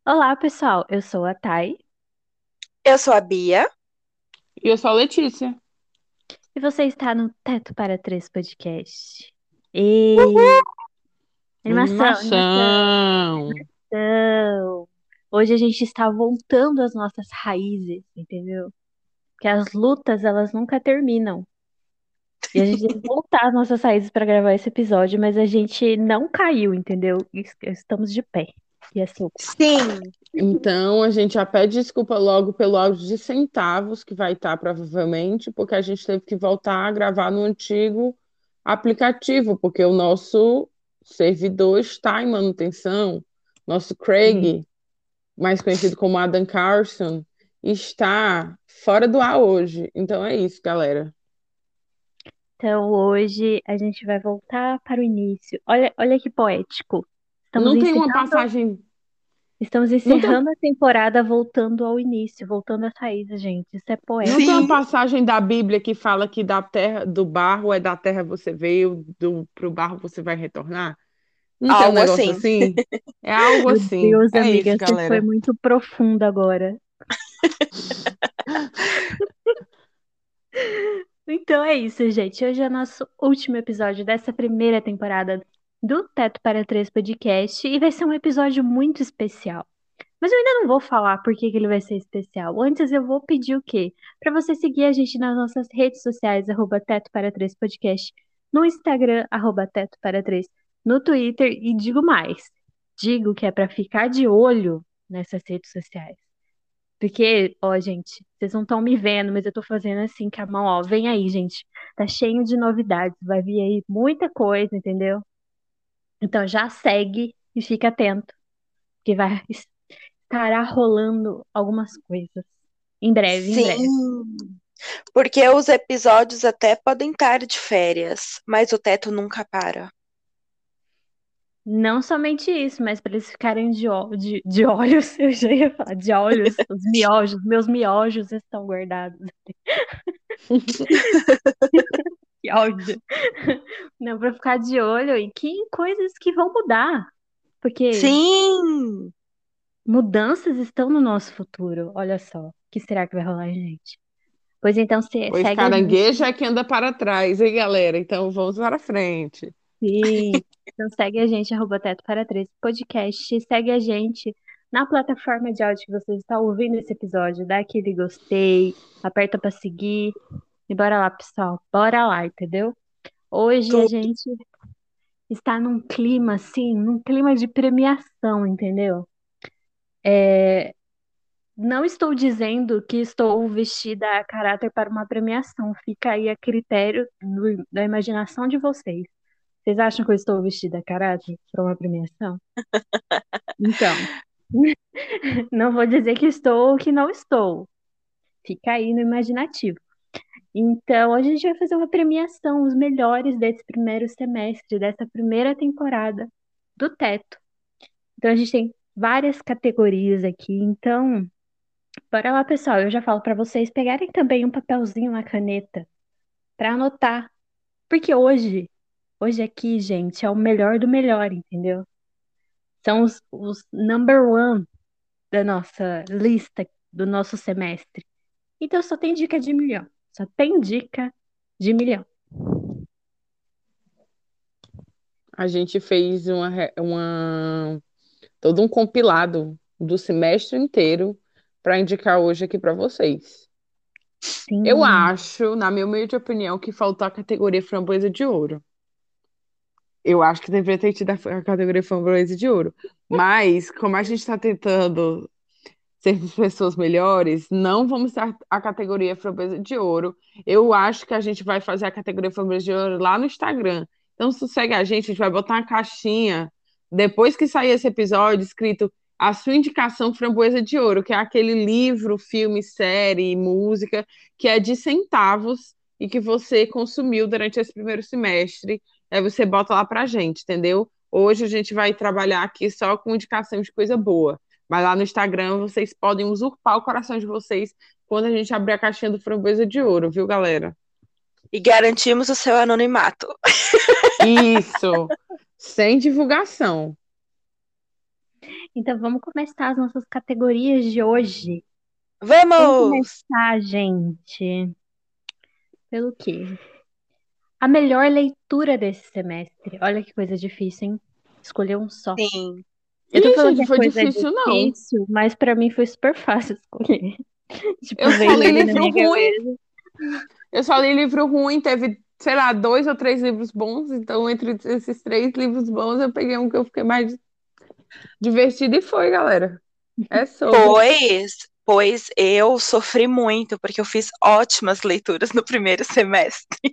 Olá, pessoal. Eu sou a Thay Eu sou a Bia. E eu sou a Letícia. e você está no Teto para Três podcast. E animação, animação, Animação. animação. Hoje a gente está voltando às nossas raízes, entendeu? Porque as lutas, elas nunca terminam. E a gente tem que voltar às nossas raízes para gravar esse episódio, mas a gente não caiu, entendeu? Estamos de pé. E é sobre. Sim, Então, a gente já pede desculpa logo pelo áudio de centavos, que vai estar provavelmente, porque a gente teve que voltar a gravar no antigo aplicativo, porque o nosso servidor está em manutenção. Nosso Sim. Craig, mais conhecido como Adam Carson, está fora do ar hoje. Então é isso, galera. Então hoje a gente vai voltar para o início. Olha, olha que poético. Estamos Não tem uma encerrando passagem. Estamos Não tem encerrando a temporada voltando ao início, voltando às raízes, gente. Isso é Não tem uma sim, poético. passagem da Bíblia que fala que da terra, do barro é da terra você veio, pro barro você vai retornar? Não tem um algo negócio assim. assim? É algo Meu assim. Deus, É amiga, isso, você foi galera. muito profunda agora. Então é isso, gente. Hoje é nosso último episódio dessa primeira temporada do Teto para Três podcast e vai ser um episódio muito especial. Mas eu ainda não vou falar por que que ele vai ser especial. Antes eu vou pedir o quê? Para você seguir a gente nas nossas redes sociais, Teto para Três Podcast, no Instagram, Teto para Três, no Twitter e digo mais. Digo que é para ficar de olho nessas redes sociais. Porque, ó, gente, vocês não estão me vendo, mas eu tô fazendo assim com a mão, ó. Vem aí, gente. Tá cheio de novidades. Vai vir aí muita coisa, entendeu? Então já segue e fica atento, que vai estará rolando algumas coisas. Em breve, em breve. Sim, porque os episódios até podem estar de férias, mas o teto nunca para. Não somente isso, mas para eles ficarem de olhos, eu já ia falar de olhos, os miojos, meus miojos estão guardados. Que ódio. Não, para ficar de olho e que coisas que vão mudar, porque Sim, mudanças estão no nosso futuro. Olha só, o que será que vai rolar, gente? Pois então, Pois segue a caranguejo gente. é que anda para trás, hein, galera? Então vamos para frente. Sim. Então segue a gente, Teto para Três Podcast. Segue a gente na plataforma de áudio que você está ouvindo esse episódio. Dá aquele gostei, aperta para seguir. E bora lá, pessoal. Bora lá, entendeu? Hoje a tudo. gente está num clima, assim, num clima de premiação, entendeu? É, não estou dizendo que estou vestida a caráter para uma premiação. Fica aí a critério da imaginação de vocês. Vocês acham que eu estou vestida a caráter para uma premiação? Então, não vou dizer que estou ou que não estou. Fica aí no imaginativo. Então, hoje a gente vai fazer uma premiação, os melhores desse primeiro semestre, dessa primeira temporada do Teto. Então, a gente tem várias categorias aqui. Então, bora lá, pessoal. Eu já falo para vocês pegarem também um papelzinho, uma caneta, para anotar. Porque hoje aqui, gente, é o melhor do melhor, entendeu? São os number one da nossa lista do nosso semestre. Então só tem dica de milhão. Só tem dica de milhão. A gente fez todo um compilado do semestre inteiro para indicar hoje aqui para vocês. Eu Sim. acho, na minha humilde opinião, que faltou a categoria framboesa de ouro. Eu acho que deveria ter tido a categoria framboesa de ouro. Mas, como a gente está tentando ser pessoas melhores, não vamos dar a categoria framboesa de ouro. Eu acho que a gente vai fazer a categoria framboesa de ouro lá no Instagram. Então, se segue a gente vai botar uma caixinha, depois que sair esse episódio, escrito a sua indicação framboesa de ouro, que é aquele livro, filme, série, música, que é de centavos e que você consumiu durante esse primeiro semestre. Aí você bota lá pra gente, entendeu? Hoje a gente vai trabalhar aqui só com indicação de coisa boa. Mas lá no Instagram vocês podem usurpar o coração de vocês quando a gente abrir a caixinha do Framboesa de Ouro, viu, galera? E garantimos o seu anonimato. Isso, sem divulgação. Então vamos começar as nossas categorias de hoje. Vamos Vamos! começar, gente, pelo quê? A melhor leitura desse semestre. Olha que coisa difícil, hein? Escolher um só. Sim. Eu tô Ih, falando gente, que não a foi coisa é difícil, não. difícil, mas pra mim foi super fácil escolher. Tipo, Eu só veio li ali na livro minha ruim. cabeça. Eu só li livro ruim, teve, sei lá, 2 ou 3 livros bons. Então, entre esses 3 livros bons, eu peguei um que eu fiquei mais divertido e foi, galera. É sobre. Pois eu sofri muito, porque eu fiz ótimas leituras no primeiro semestre.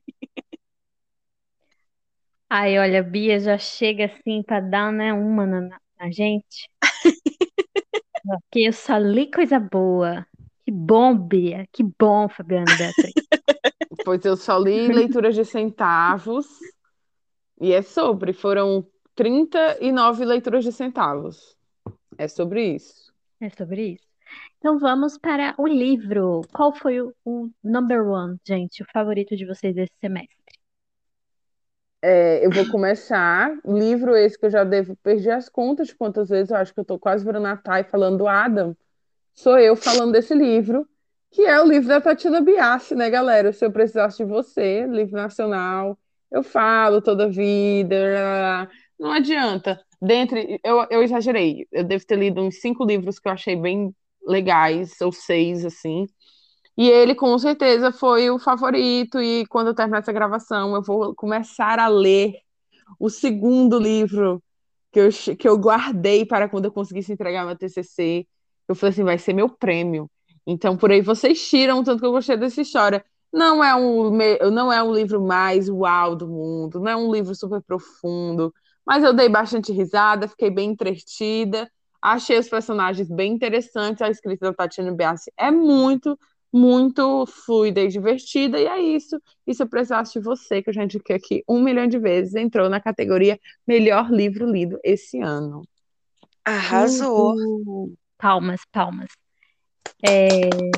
Aí, olha, a Bia já chega assim pra dar, né, uma na gente. Porque eu só li coisa boa. Que bom, Bia. Que bom, Fabiana Beatriz. Pois eu só li leituras de centavos. E é sobre. Foram 39 leituras de centavos. É sobre isso. É sobre isso. Então vamos para o livro. Qual foi o number one, gente, o favorito de vocês desse semestre? Eu vou começar. Livro esse que eu já devo perder as contas de quantas vezes. Eu acho que eu tô quase virando a Thay falando do Adam. Sou eu falando desse livro, que é o livro da Tatiana Biassi, né, galera? Se eu precisasse de você, livro nacional, eu falo toda a vida, lá, lá, lá. Não adianta. Dentre, eu exagerei. Eu devo ter lido uns 5 livros que eu achei bem legais, ou 6, assim. E ele, com certeza, foi o favorito. E quando eu terminar essa gravação, eu vou começar a ler o segundo livro que eu guardei para quando eu conseguisse entregar meu TCC. Eu falei assim, vai ser meu prêmio. Então, por aí vocês tiram o tanto que eu gostei dessa história. Não é um livro mais uau do mundo, não é um livro super profundo, mas eu dei bastante risada, fiquei bem entretida, achei os personagens bem interessantes, a escrita da Tatiana Biassi é muito, muito fluida e divertida, e é isso. E se eu precisasse de você, que eu já indiquei aqui 1 milhão de vezes, entrou na categoria Melhor Livro Lido esse ano. Arrasou. Tudo. Palmas, palmas. É,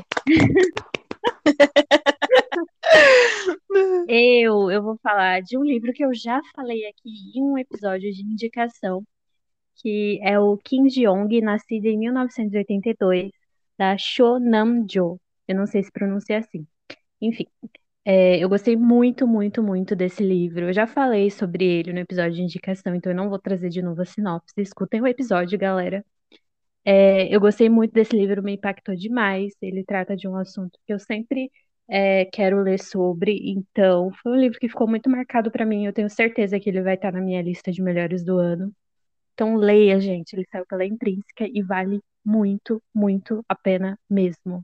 eu vou falar de um livro que eu já falei aqui em um episódio de indicação, que é o Kim Jeong, nascido em 1982, da Cho Nam-jo. Eu não sei se pronuncia assim. Enfim, eu gostei muito, muito, muito desse livro. Eu já falei sobre ele no episódio de indicação, então eu não vou trazer de novo a sinopse. Escutem o episódio, galera. Eu gostei muito desse livro, me impactou demais. Ele trata de um assunto que eu sempre quero ler sobre. Então, foi um livro que ficou muito marcado para mim. Eu tenho certeza que ele vai estar na minha lista de melhores do ano. Então, leia, gente. Ele saiu pela Intrínseca e vale muito, muito a pena mesmo.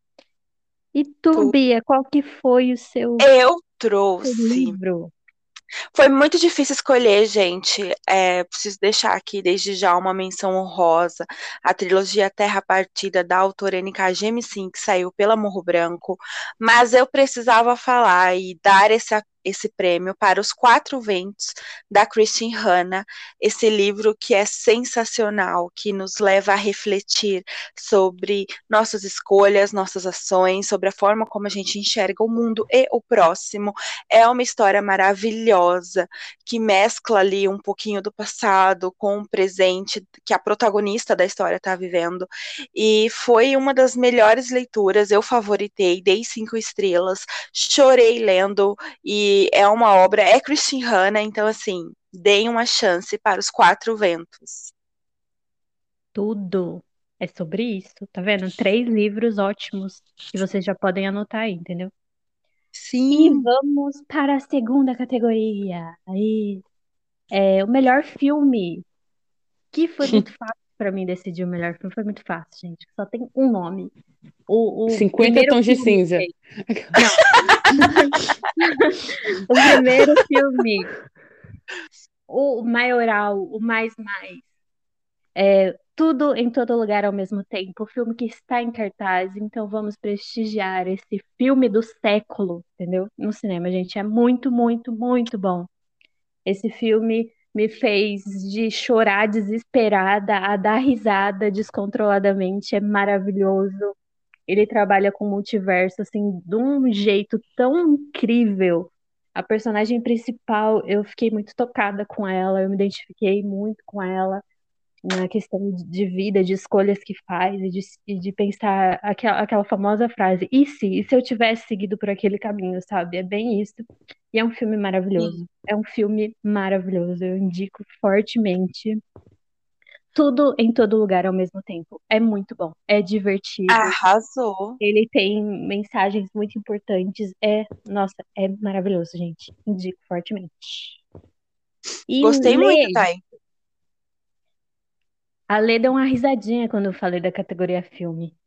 E tu, Tu- Bia, qual que foi o Eu seu trouxe. livro? Foi muito difícil escolher, gente. Preciso deixar aqui desde já uma menção honrosa à trilogia Terra Partida da autora N.K. Jemisin, que saiu pela Morro Branco. Mas eu precisava falar e dar esse prêmio para Os Quatro Ventos, da Christine Hanna. Esse livro que é sensacional, que nos leva a refletir sobre nossas escolhas, nossas ações, sobre a forma como a gente enxerga o mundo e o próximo. É uma história maravilhosa que mescla ali um pouquinho do passado com o presente que a protagonista da história está vivendo. E foi uma das melhores leituras. Eu favoritei, dei 5 estrelas, chorei lendo. E é uma obra, é Christine Hanna, então assim, deem uma chance para Os Quatro Ventos. Tudo. É sobre isso, tá vendo? 3 livros ótimos que vocês já podem anotar aí, entendeu? E Sim. vamos para a segunda categoria. Aí, o melhor filme. Que foi muito fácil para mim decidir o melhor filme. Foi muito fácil, gente. Só tem um nome. O 50 primeiro tons de filme cinza. feito. Não. O primeiro filme. O maioral, o mais. Tudo em todo lugar ao mesmo tempo. O filme que está em cartaz. Então vamos prestigiar esse filme do século, entendeu? No cinema, gente. É muito, muito, muito bom. Esse filme me fez de chorar desesperada a dar risada descontroladamente. É maravilhoso. Ele trabalha com multiverso assim de um jeito tão incrível. A personagem principal, eu fiquei muito tocada com ela, eu me identifiquei muito com ela. na questão de vida, de escolhas que faz e de pensar aquela famosa frase, e se eu tivesse seguido por aquele caminho, sabe? É bem isso. E é um filme maravilhoso. Sim. É um filme maravilhoso. Eu indico fortemente. Tudo em todo lugar ao mesmo tempo. É muito bom. É divertido. Arrasou. Ele tem mensagens muito importantes. Nossa, é maravilhoso, gente. Indico fortemente. E Gostei muito, Lê, Thay. a Lê deu uma risadinha quando eu falei da categoria filme.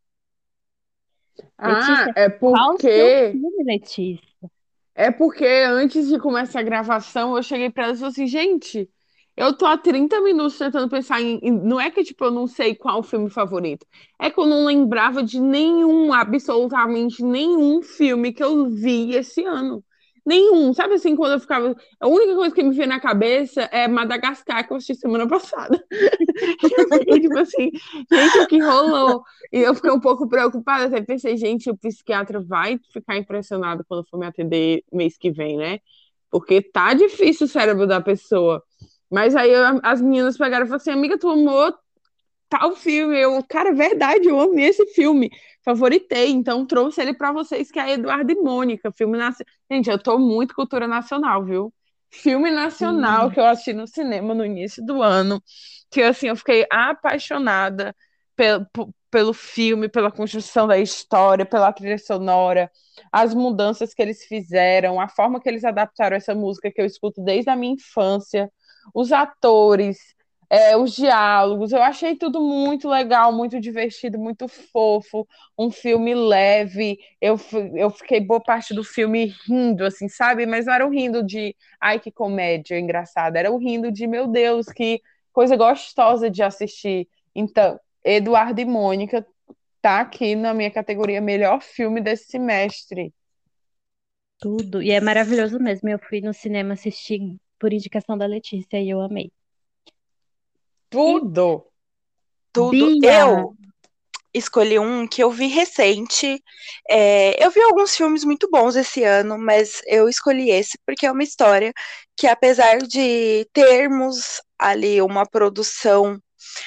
Ah, Letícia, qual o seu filme, Letícia? é porque antes de começar a gravação, eu cheguei pra ela e falei assim, gente, eu tô há 30 minutos tentando pensar não é que, tipo, eu não sei qual o filme favorito. É que eu não lembrava de nenhum, absolutamente nenhum filme que eu vi esse ano. Nenhum. Sabe assim, quando eu ficava... A única coisa que me veio na cabeça é Madagascar, que eu assisti semana passada. E eu fiquei, tipo assim, gente, o que rolou? E eu fiquei um pouco preocupada, até pensei, gente, o psiquiatra vai ficar impressionado quando for me atender mês que vem, né? Porque tá difícil o cérebro da pessoa. Mas aí as meninas pegaram e falaram assim, amiga, tu amou tal filme? Eu, cara, é verdade, eu amei esse filme. Favoritei, então trouxe ele pra vocês, que é Eduardo e Mônica, filme nacional. Gente, eu tô muito cultura nacional, viu? Filme nacional Sim, que eu assisti no cinema no início do ano, que assim, eu fiquei apaixonada pelo filme, pela construção da história, pela trilha sonora, as mudanças que eles fizeram, a forma que eles adaptaram essa música que eu escuto desde a minha infância, os atores, os diálogos, eu achei tudo muito legal, muito divertido, muito fofo, um filme leve. Eu fiquei boa parte do filme rindo, assim, sabe? Mas não era um rindo de ai, que comédia engraçada, era um rindo de meu Deus, que coisa gostosa de assistir. Então, Eduardo e Mônica tá aqui na minha categoria melhor filme desse semestre. tudo. E é maravilhoso mesmo. Eu fui no cinema assistir por indicação da Letícia e eu amei. E Tudo! Tudo. Bia, Eu escolhi um que eu vi recente. Eu vi alguns filmes muito bons esse ano, mas eu escolhi esse porque é uma história que, apesar de termos ali uma produção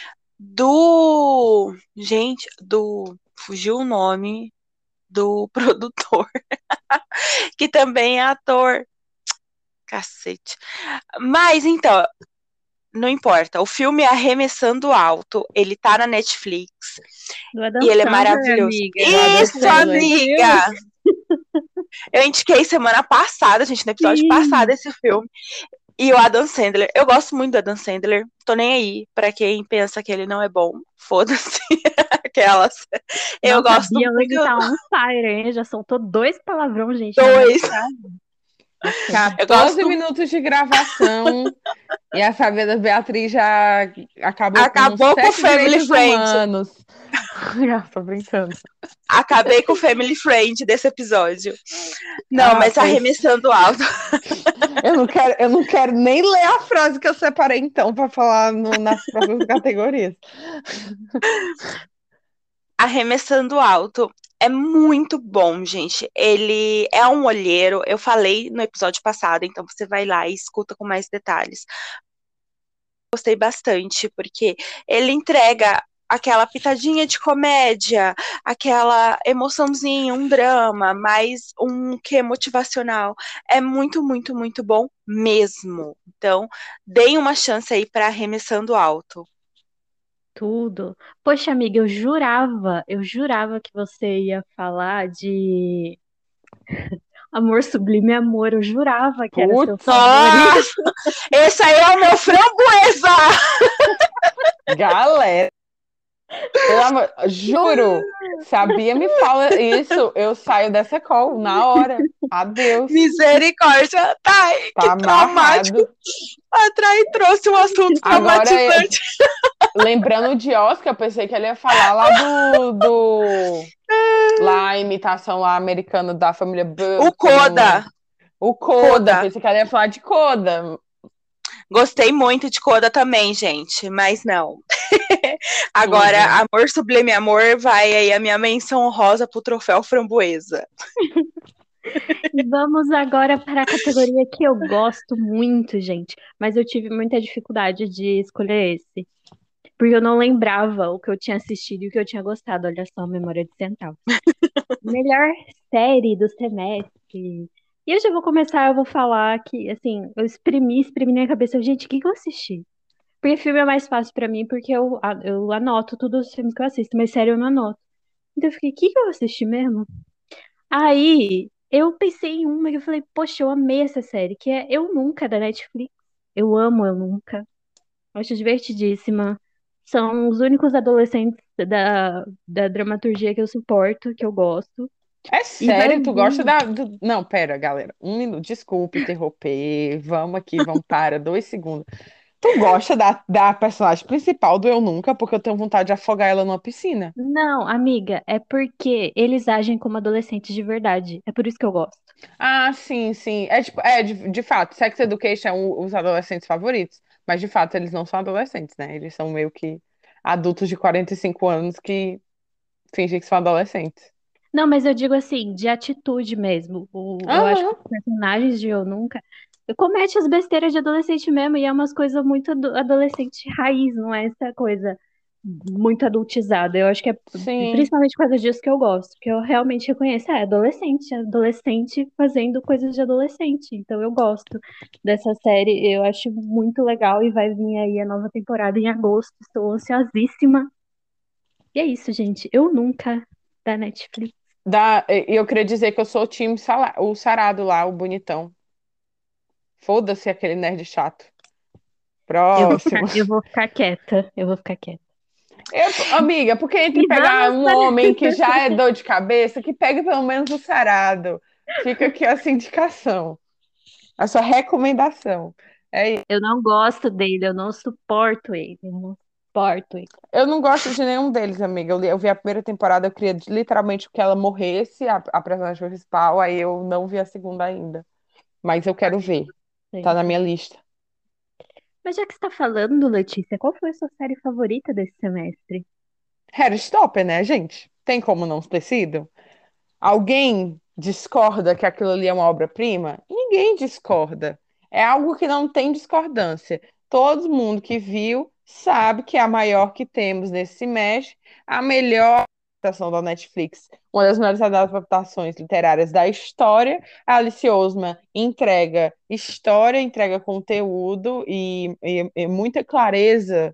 do. Gente, do. Fugiu o nome do produtor, que também é ator. Cacete. Mas então, não importa. O filme é Arremessando Alto. Ele tá na Netflix. do Adam E ele é Sandler, maravilhoso. amiga. Do Adam Isso, Você não Sandler. viu? amiga! Eu indiquei semana passada, gente, no episódio passado, Sim. esse filme. E o Adam Sandler. Eu gosto muito do Adam Sandler. Tô nem aí pra quem pensa que ele não é bom. Foda-se. Aquelas. Eu Nossa, a gosto Bia hoje muito. tá on fire, hein? Já soltou dois palavrão, gente, na mesma Dois. frase. Passada. Eu 14 gosto. minutos de gravação e a Sabrina Beatriz já acabou com Acabou com o sete Family direitos Friend. humanos. Tô brincando. Acabei com o Family Friend desse episódio. Não, Ah, mas pois arremessando alto. eu não quero nem ler a frase que eu separei então para falar nas próximas categorias. Arremessando alto. É muito bom, gente. Ele é um olheiro. Eu falei no episódio passado, então você vai lá e escuta com mais detalhes. Gostei bastante, porque ele entrega aquela pitadinha de comédia, aquela emoçãozinha, um drama, mais um que motivacional. É muito, muito, muito bom mesmo. Então, deem uma chance aí para Arremessando Alto. Tudo. Poxa, amiga, eu jurava que você ia falar de Amor Sublime Amor. Eu jurava que era seu Putz, favorito. Nossa, esse aí é o meu framboesa! galera, pelo amor, juro, sabia me fala isso, eu saio dessa call na hora. Adeus. Misericórdia, tá, Tá que traumático. amarrado. A Trai trouxe um assunto Agora, traumatizante. lembrando de Oscar, eu pensei que ele ia falar lá lá a imitação lá americana da família O Button. Coda. O Coda, Coda. pensei que ela ia falar de Coda. Gostei muito de Coda também, gente, mas não. Agora, Tudo. Amor Sublime Amor, vai aí a minha menção honrosa pro troféu Framboesa. E vamos agora para a categoria que eu gosto muito, gente. Mas eu tive muita dificuldade de escolher esse. porque eu não lembrava o que eu tinha assistido e o que eu tinha gostado. Olha só, memória de centavos. Melhor série do semestre. E eu já vou começar, eu vou falar que, assim, eu exprimi na minha cabeça, gente, o que que eu assisti? Porque filme é mais fácil pra mim, porque eu anoto todos os filmes que eu assisto, mas série eu não anoto. Então eu fiquei, o que que eu assisti mesmo? Aí eu pensei em uma que eu falei, poxa, eu amei essa série, que é Eu Nunca, da Netflix. Eu amo Eu Nunca. Acho divertidíssima. São os únicos adolescentes da dramaturgia que eu suporto, que eu gosto. É E vai sério, tu gosta vir. Não, pera, galera. Um minuto, desculpe interromper. Vamos aqui, vamos para 2 segundos. Tu gosta da personagem principal do Eu Nunca, porque eu tenho vontade de afogar ela numa piscina. Não, amiga, é porque eles agem como adolescentes de verdade. É por isso que eu gosto. Ah, sim, sim. É tipo, de fato, Sex Education é os adolescentes favoritos, mas de fato eles não são adolescentes, né? Eles são meio que adultos de 45 anos que fingem que são adolescentes. Não, mas eu digo assim, de atitude mesmo. Eu acho que Aham. os personagens de Eu Nunca comete as besteiras de adolescente mesmo, e é umas coisas muito adolescente raiz, não é essa coisa muito adultizada. Eu acho que é Sim. principalmente por causa disso que eu gosto, que eu realmente reconheço, adolescente, adolescente fazendo coisas de adolescente. Então eu gosto dessa série, eu acho muito legal e vai vir aí a nova temporada em agosto. Estou ansiosíssima. E é isso, gente. Eu Nunca da Netflix. Eu queria dizer que eu sou o time o sarado lá, o bonitão. Foda-se aquele nerd chato. Próximo. Eu vou ficar quieta. Eu vou ficar quieta. Amiga, porque entre E pegar vamos um para. homem que já é dor de cabeça, que pegue pelo menos o sarado. Fica aqui essa indicação, a sua recomendação. É isso. Eu não gosto dele, eu não suporto ele. Eu não suporto ele. Eu não gosto de nenhum deles, amiga. Eu vi a primeira temporada, eu queria literalmente que ela morresse, a personagem principal, aí eu não vi a segunda ainda. Mas eu quero ver. Tá na Sempre. minha lista. Mas já que você está falando, Letícia, qual foi a sua série favorita desse semestre? Hairstopper, né, gente? Tem como não ter sido? Alguém discorda que aquilo ali é uma obra-prima? Ninguém discorda. É algo que não tem discordância. Todo mundo que viu sabe que é a maior que temos nesse semestre, a melhor adaptação da Netflix, uma das melhores adaptações literárias da história. A Alice Oseman entrega história, entrega conteúdo e muita clareza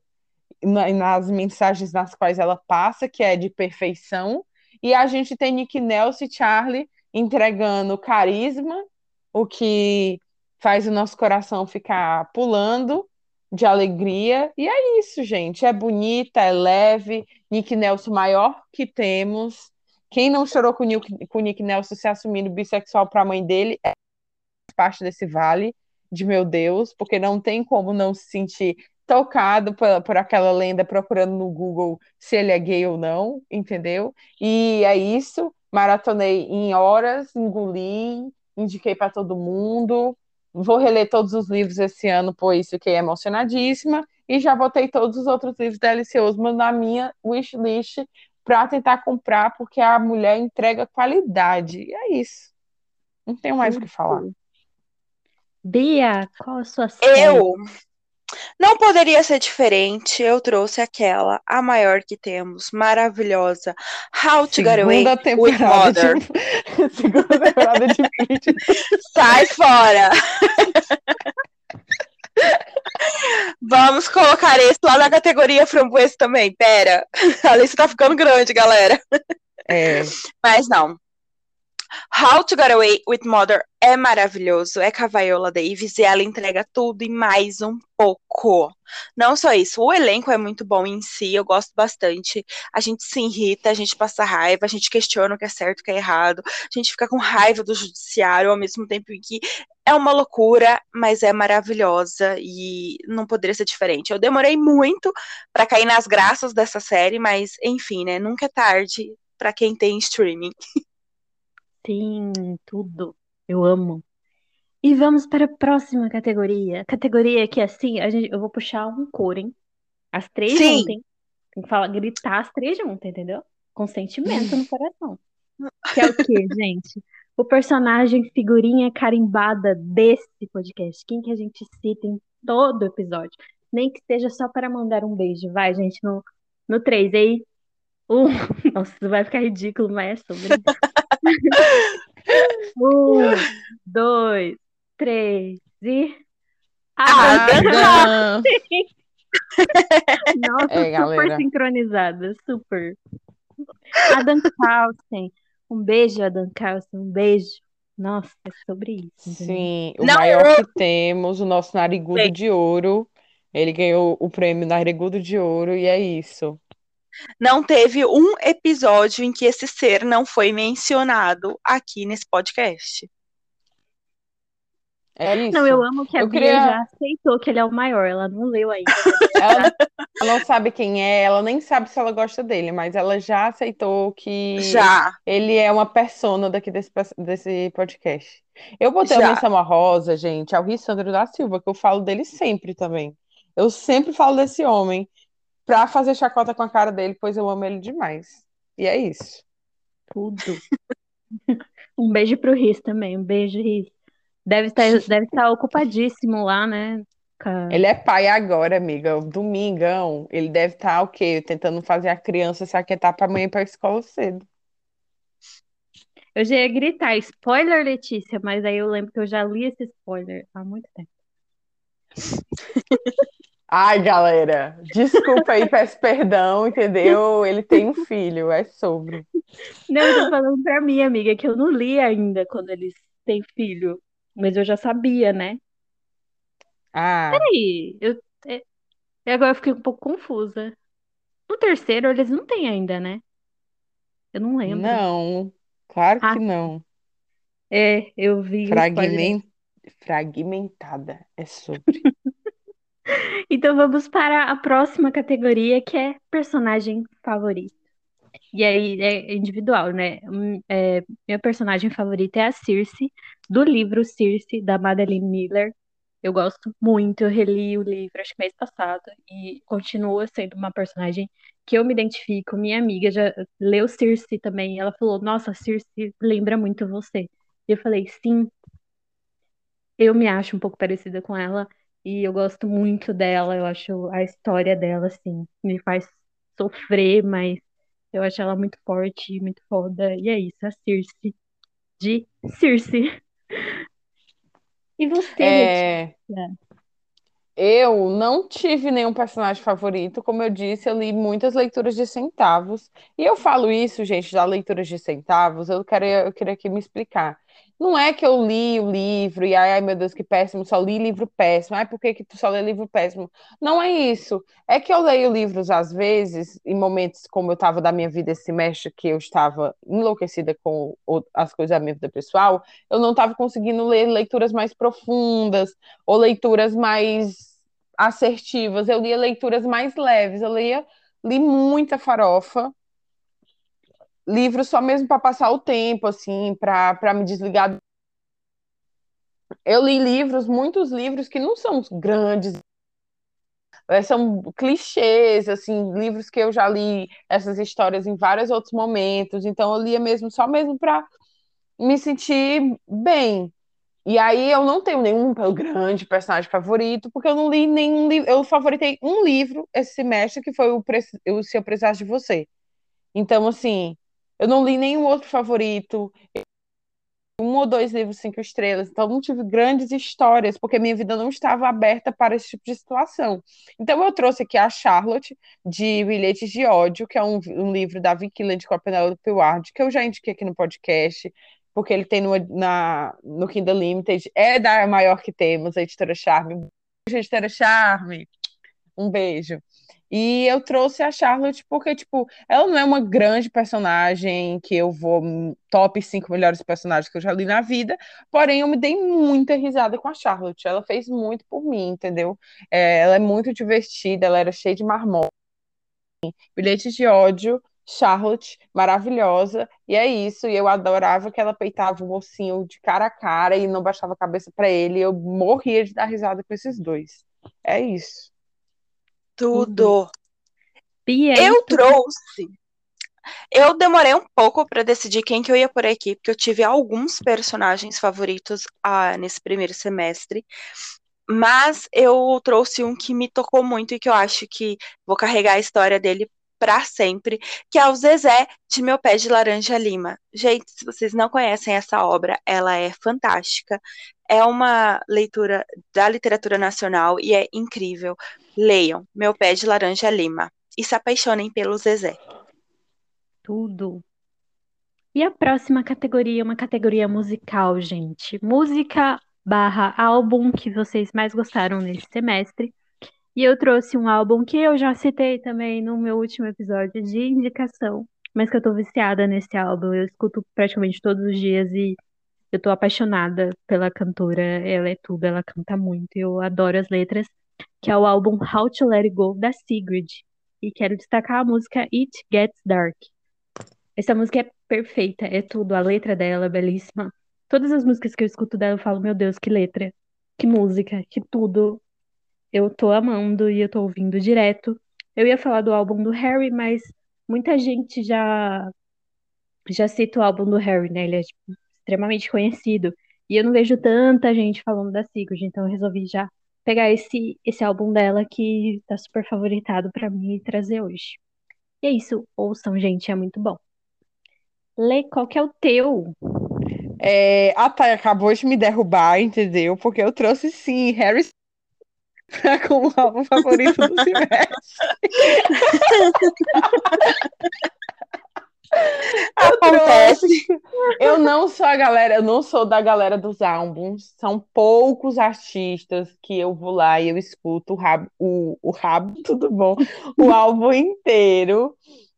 nas mensagens nas quais ela passa, que é de perfeição, e a gente tem Nick Nelson e Charlie entregando carisma, o que faz o nosso coração ficar pulando de alegria. E é isso, gente. É bonita, é leve. Nick Nelson, maior que temos. Quem não chorou com o Nick Nelson se assumindo bissexual para a mãe dele é parte desse vale de meu Deus, porque não tem como não se sentir tocado por aquela lenda procurando no Google se ele é gay ou não, entendeu? E é isso, maratonei em horas, engoli, indiquei para todo mundo. Vou reler todos os livros esse ano, pois fiquei emocionadíssima. E já botei todos os outros livros deliciosos na minha wishlist para tentar comprar, porque a mulher entrega qualidade. E é isso. Não tenho mais o que falar. Tudo. Bia, qual a sua série? Eu não poderia ser diferente. Eu trouxe aquela, a maior que temos, maravilhosa. How to Get Away Segunda with temporada de Mother. segunda temporada de Bridgerton. Sai fora! Vamos colocar esse lá na categoria framboesa também. Pera, a lista tá ficando grande, galera. É, Mas não. How to Get Away with Mother é maravilhoso, é com a Viola Davis e ela entrega tudo e mais um pouco. Não só isso, o elenco é muito bom em si, eu gosto bastante. A gente se irrita, a gente passa raiva, a gente questiona o que é certo e o que é errado, a gente fica com raiva do judiciário ao mesmo tempo em que é uma loucura, mas é maravilhosa e não poderia ser diferente. Eu demorei muito para cair nas graças dessa série, mas enfim, né? Nunca é tarde para quem tem streaming. Sim, tudo. Eu amo. E vamos para a próxima categoria. Categoria que, assim, eu vou puxar um coro, hein? As três juntas, Sim, hein? Tem que falar, gritar as três juntas, entendeu? Com sentimento no coração. Que é o quê, gente? O personagem figurinha carimbada desse podcast. Quem que a gente cita em todo episódio? Nem que seja só para mandar um beijo. Vai, gente, no 3. Aí, um. Nossa, vai ficar ridículo, mas é sobre. 1, 2, 3 e. Adam Adam. Adam! Nossa, É, super galera. sincronizada, super. Adam Carlsen. Um beijo, Adam Carlsen, um beijo. Nossa, é sobre isso, entendeu? Sim, o Não, maior que temos, o nosso narigudo de ouro. Ele ganhou o prêmio Narigudo de Ouro e é isso. não teve um episódio em que esse ser não foi mencionado aqui nesse podcast. É Não, eu isso. amo que a Eu Bia já queria. aceitou que ele é o maior. Ela não leu ainda, mas Ela não sabe quem é, ela nem sabe se ela gosta dele, mas ela já aceitou que Já, ele é uma persona daqui desse podcast. Eu botei a já. menção honrosa, gente, ao Rissandro da Silva, que eu falo dele sempre também. Eu sempre falo desse homem pra fazer chacota com a cara dele, pois eu amo ele demais. E é isso. tudo. Um beijo pro Riz também. Um beijo, Riz. Deve estar ocupadíssimo lá, né? Ele é pai agora, amiga. Domingão, ele deve estar o quê? Tentando fazer a criança se aquietar pra amanhã ir pra escola cedo. Eu já ia gritar, spoiler, Letícia, mas aí eu lembro que eu já li esse spoiler há muito tempo. Ai, galera, desculpa aí, peço perdão, entendeu? Ele tem um filho, é sobre. Não, eu tô falando pra mim, amiga, que eu não li ainda quando eles têm filho. Mas eu já sabia, né? Ah, Peraí, e agora eu fiquei um pouco confusa. No terceiro, eles não têm ainda, né? Eu não lembro. não, claro Ah, que não. eu vi o spoiler. Fragmen... Fragmentada, é sobre. Então vamos para a próxima categoria, que é personagem favorito. E aí é individual, né? Minha personagem favorita é a Circe, do livro Circe, da Madeline Miller. Eu gosto muito, eu reli o livro, acho que mês passado, e continua sendo uma personagem que eu me identifico. Minha amiga já leu Circe também, e ela falou: Nossa, Circe lembra muito você. E eu falei: Sim, eu me acho um pouco parecida com ela, e eu gosto muito dela, eu acho a história dela, assim, me faz sofrer, mas eu acho ela muito forte, muito foda. E é isso, a Circe, de Circe. E você, Letícia? É, eu não tive nenhum personagem favorito, como eu disse, eu li muitas leituras de centavos. E eu falo isso, gente, da leituras de centavos, eu queria aqui me explicar. Não é que eu li o livro e ai meu Deus, que péssimo, só li livro péssimo. Ai, por que que tu só lê livro péssimo? Não é isso. É que eu leio livros às vezes, em momentos como eu estava da minha vida esse semestre, que eu estava enlouquecida com as coisas da minha vida pessoal, eu não estava conseguindo ler leituras mais profundas ou leituras mais assertivas, eu lia leituras mais leves, li muita farofa, livros só mesmo para passar o tempo, assim, para me desligar. Eu li livros, muitos livros que não são grandes, são clichês, assim, livros que eu já li essas histórias em vários outros momentos, então eu lia mesmo só mesmo para me sentir bem. E aí eu não tenho nenhum grande personagem favorito, porque eu não li nenhum livro. Eu favoritei um livro esse semestre, que foi o Se Eu Precisasse de Você. Então, assim, eu não li nenhum outro favorito, um ou dois livros 5 estrelas, então não tive grandes histórias, porque minha vida não estava aberta para esse tipo de situação. Então eu trouxe aqui a Charlotte, de Bilhetes de Ódio, que é um livro da Vicky Lynch com a Penelope Ward, que eu já indiquei aqui no podcast, porque ele tem no Kindle Limited, é da maior que temos, a editora Charme. Beijo, editora Charme, um beijo. E eu trouxe a Charlotte porque, tipo, ela não é uma grande personagem que eu vou top 5 melhores personagens que eu já li na vida, porém eu me dei muita risada com a Charlotte. Ela fez muito por mim, entendeu? Ela é muito divertida, ela era cheia de marmota. Bilhetes de Ódio, Charlotte, maravilhosa, e é isso. E eu adorava que ela peitava o mocinho de cara a cara e não baixava a cabeça para ele. Eu morria de dar risada com esses dois. É isso. Tudo. Tudo. Bia, e Eu tu? trouxe. Eu demorei um pouco para decidir quem que eu ia por aqui, porque eu tive alguns personagens favoritos nesse primeiro semestre. Mas eu trouxe um que me tocou muito e que eu acho que vou carregar a história dele pra sempre, que é o Zezé de Meu Pé de Laranja Lima. Gente, se vocês não conhecem essa obra, ela é fantástica. É uma leitura da literatura nacional e é incrível. Leiam Meu Pé de Laranja Lima e se apaixonem pelo Zezé. Tudo. E a próxima categoria é uma categoria musical, gente. Música barra álbum que vocês mais gostaram nesse semestre. E eu trouxe um álbum que eu já citei também no meu último episódio de indicação, mas que eu tô viciada nesse álbum. Eu escuto praticamente todos os dias e eu tô apaixonada pela cantora. Ela é tudo, ela canta muito. Eu adoro as letras, que é o álbum How to Let It Go da Sigrid. E quero destacar a música It Gets Dark. Essa música é perfeita, é tudo. A letra dela é belíssima. Todas as músicas que eu escuto dela, eu falo, meu Deus, que letra, que música, que tudo. Eu tô amando e eu tô ouvindo direto. Eu ia falar do álbum do Harry, mas muita gente já cita o álbum do Harry, né? Ele é tipo, extremamente conhecido. E eu não vejo tanta gente falando da Sigurd, então eu resolvi já pegar esse álbum dela que tá super favoritado pra mim e trazer hoje. E é isso, ouçam, gente, é muito bom. Lê, qual que é o teu? A Thay acabou de me derrubar, entendeu? Porque eu trouxe sim Harry como álbum favorito do semestre. Acontece. Eu não sou a galera, eu não sou da galera dos álbuns. São poucos artistas que eu vou lá e eu escuto o rabo, tudo bom? O álbum inteiro.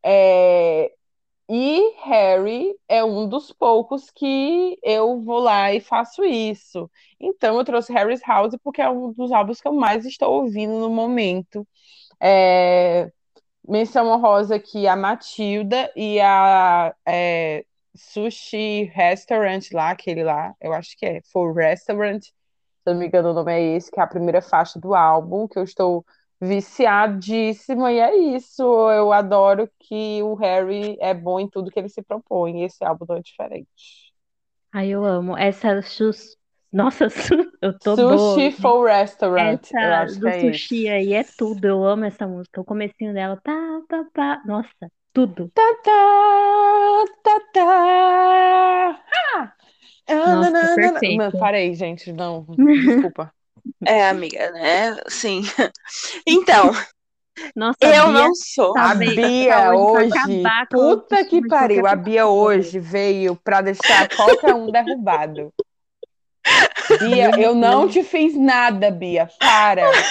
E Harry é um dos poucos que eu vou lá e faço isso. Então eu trouxe Harry's House porque é um dos álbuns que eu mais estou ouvindo no momento. É, Menção honrosa aqui a Matilda e a Sushi Restaurant lá, aquele lá, eu acho que é For Restaurant, se eu não me engano o nome é esse, que é a primeira faixa do álbum, que eu estou viciadíssima, e é isso, eu adoro que o Harry é bom em tudo que ele se propõe, e esse álbum não é diferente. Ai, eu amo. Nossa, eu tô boa Sushi hoje. For Restaurant, eu Essa acho que do é sushi esse. aí é tudo. Eu amo essa música. O comecinho dela, pá, pá, pá. Nossa, tudo. Tá, tá, tá, tá. Nossa, Mano, perfeito. parei, gente. Não, desculpa. É, amiga, né? Sim. Então, Nossa, a eu Bia não sou. A tá Bia hoje pra hoje, acabar com a puta que autoestima de qualquer pariu, a Bia pessoa hoje. hoje veio pra deixar qualquer um derrubado. Bia, Meu eu não Deus, te fiz nada, Bia. Para.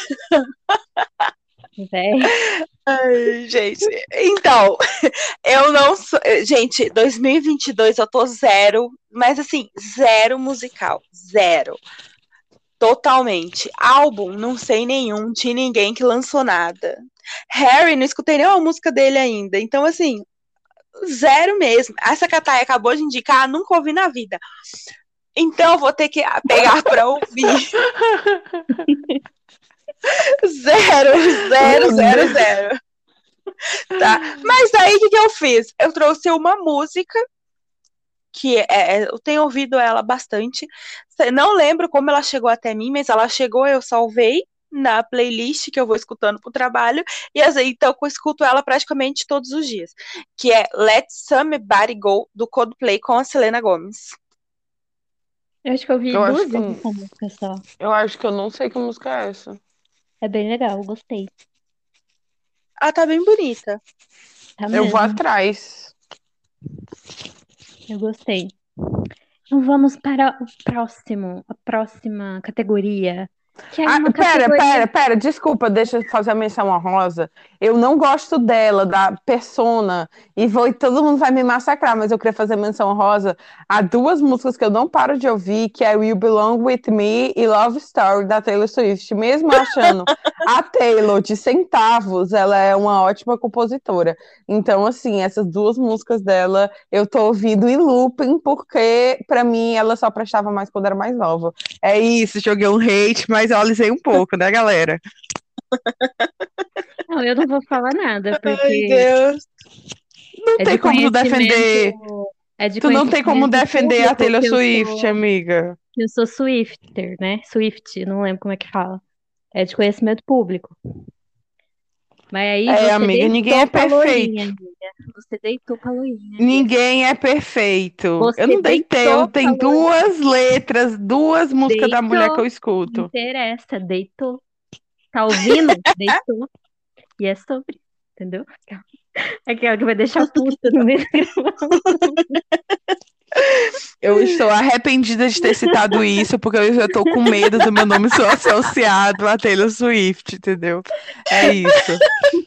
velho. Ai, gente. Então, eu não sou. Gente, 2022 eu tô zero, mas assim, zero musical. Zero. Totalmente. Álbum, não sei nenhum de ninguém que lançou nada. Harry, não escutei nenhuma música dele ainda. Então, assim, zero mesmo. Essa que a Thay acabou de indicar, nunca ouvi na vida. Então, eu vou ter que pegar pra ouvir. Zero, zero, Meu zero, Deus. zero. Tá? Mas aí, o que eu fiz? Eu trouxe uma música que eu tenho ouvido ela bastante. Não lembro como ela chegou até mim, mas ela chegou, eu salvei na playlist que eu vou escutando pro trabalho, e então eu escuto ela praticamente todos os dias, que é Let Somebody Go, do Coldplay com a Selena Gomez. Eu acho que eu ouvi Eu acho duas que, vezes essa música só. eu acho que eu não sei que música é essa. É bem legal, gostei. Ela tá bem bonita. Tá Eu vou mesmo, atrás. eu gostei. Então vamos para a próxima categoria, que é Ah, uma pera, categoria. pera, pera, desculpa, deixa eu fazer a menção honrosa. Eu não gosto dela, da persona, e todo mundo vai me massacrar, mas eu queria fazer menção honrosa a duas músicas que eu não paro de ouvir, que é You Belong With Me e Love Story, da Taylor Swift. Mesmo achando a Taylor de centavos, ela é uma ótima compositora. Então, assim, essas duas músicas dela eu tô ouvindo em looping, porque pra mim ela só prestava mais quando era mais nova. É isso, joguei um hate, mas eu alisei um pouco, né, galera? Não, eu não vou falar nada, Ai, porque Deus. Não é tem de como tu conhecimento, defender. É de Tu não tem como conhecimento defender a público Taylor Swift, amiga. que eu sou Swifter, né? Swift, não lembro como é que fala. É de conhecimento público. Mas aí É, você amiga, ninguém é deitou pra perfeito. lourinha, amiga. Você deitou pra lourinha, amiga. Ninguém é perfeito. Eu Você não deitei, eu deitou pra tenho lourinha. duas letras, duas músicas da mulher que Deitou. eu Não escuto. interessa, deitou. Tá ouvindo? Deitou. E é sobre, entendeu? Aquela que vai deixar puta no meio da gravação. Eu estou arrependida de ter citado isso, porque eu já tô com medo do meu nome ser associado a Taylor Swift, entendeu? É isso.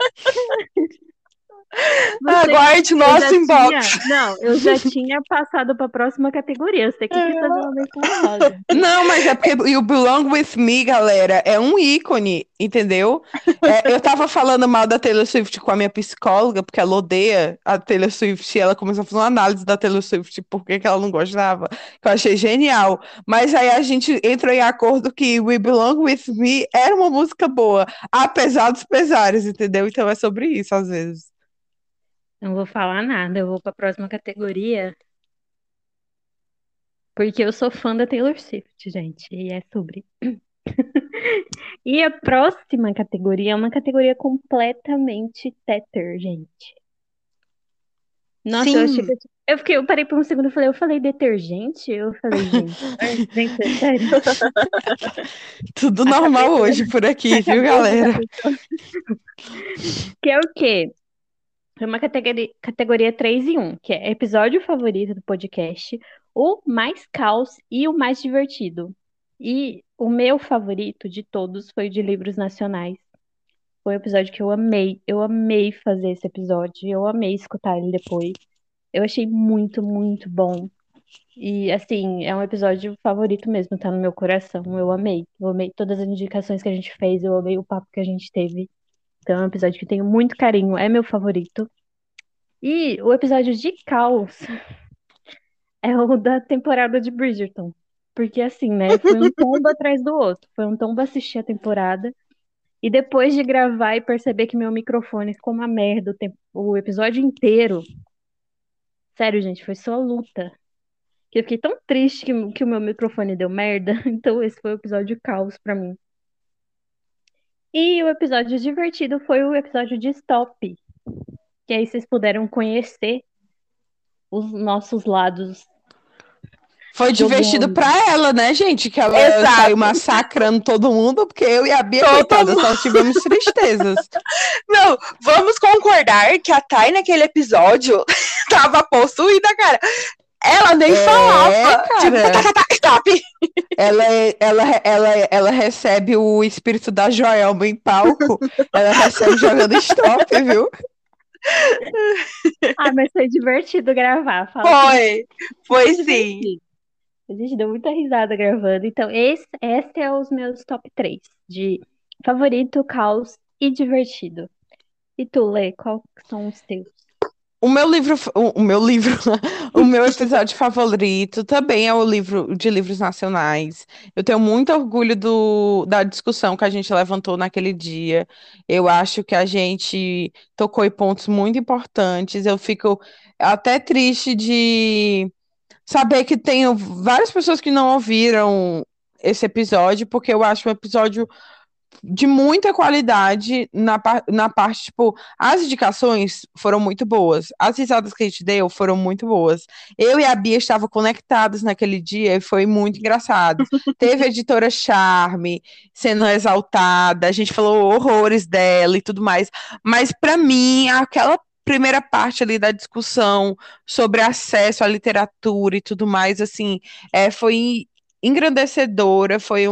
Você, Aguarde eu já nosso tinha, inbox. não, eu já tinha passado para a próxima categoria. Você que quis fazer uma menção rosa. Não, mas é porque o Belong With Me, galera, é um ícone, entendeu? Eu tava falando mal da Taylor Swift com a minha psicóloga, porque ela odeia a Taylor Swift, e ela começou a fazer uma análise da Taylor Swift, por que que ela não gostava, que eu achei genial. Mas aí a gente entrou em acordo que We Belong With Me era uma música boa, apesar dos pesares, entendeu? Então é sobre isso, às vezes. Não vou falar nada, eu vou para a próxima categoria, porque eu sou fã da Taylor Swift, gente, e é sobre. E a próxima categoria é uma categoria completamente tether, gente. Nossa, eu achei Sim. que eu parei por um segundo e falei, eu falei detergente? Eu falei, gente, é sério. Tudo A normal cabeça da, hoje por aqui, a viu, cabeça da galera? pessoa. Que é o quê? É uma categoria 3 em um, que é episódio favorito do podcast, o mais caos e o mais divertido. E o meu favorito de todos foi o de livros nacionais. Foi um episódio que eu amei. Eu amei fazer esse episódio. Eu amei escutar ele depois. Eu achei muito, muito bom. E, assim, é um episódio favorito mesmo, tá no meu coração. Eu amei. Eu amei todas as indicações que a gente fez. Eu amei o papo que a gente teve. Então, é um episódio que eu tenho muito carinho. É meu favorito. E o episódio de caos é o da temporada de Bridgerton. Porque assim, né? Foi um tombo atrás do outro. Foi um tombo assistir a temporada. E depois de gravar e perceber que meu microfone ficou uma merda o episódio inteiro. Sério, gente, foi só luta. Que eu fiquei tão triste que o meu microfone deu merda. Então esse foi o episódio caos pra mim. E o episódio divertido foi o episódio de Stop. Que aí vocês puderam conhecer os nossos lados Foi divertido jogando. pra ela, né, gente? Que ela saiu Exato. massacrando todo mundo, porque eu e a Bia, Todo coitada, mundo. só tivemos tristezas. Não, vamos concordar que a Thay naquele episódio tava possuída, cara. Ela nem falava. Tipo, Cara, stop. ela recebe o espírito da Joelma em palco, ela recebe jogando stop, viu? Ah, mas foi divertido gravar. Fala que Foi foi sim. divertido. A gente deu muita risada gravando. Então, esse é os meus top 3 de favorito, caos e divertido. E tu, Lê, qual que são os teus? O meu episódio favorito também é o livro de livros nacionais. Eu tenho muito orgulho da discussão que a gente levantou naquele dia. Eu acho que a gente tocou em pontos muito importantes. Eu fico até triste de saber que tenho várias pessoas que não ouviram esse episódio, porque eu acho um episódio de muita qualidade na parte, tipo, as indicações foram muito boas, as risadas que a gente deu foram muito boas. Eu e a Bia estavam conectados naquele dia e foi muito engraçado. Teve a editora Charme sendo exaltada, a gente falou horrores dela e tudo mais, mas para mim, aquela primeira parte ali da discussão sobre acesso à literatura e tudo mais, assim, foi engrandecedora, foi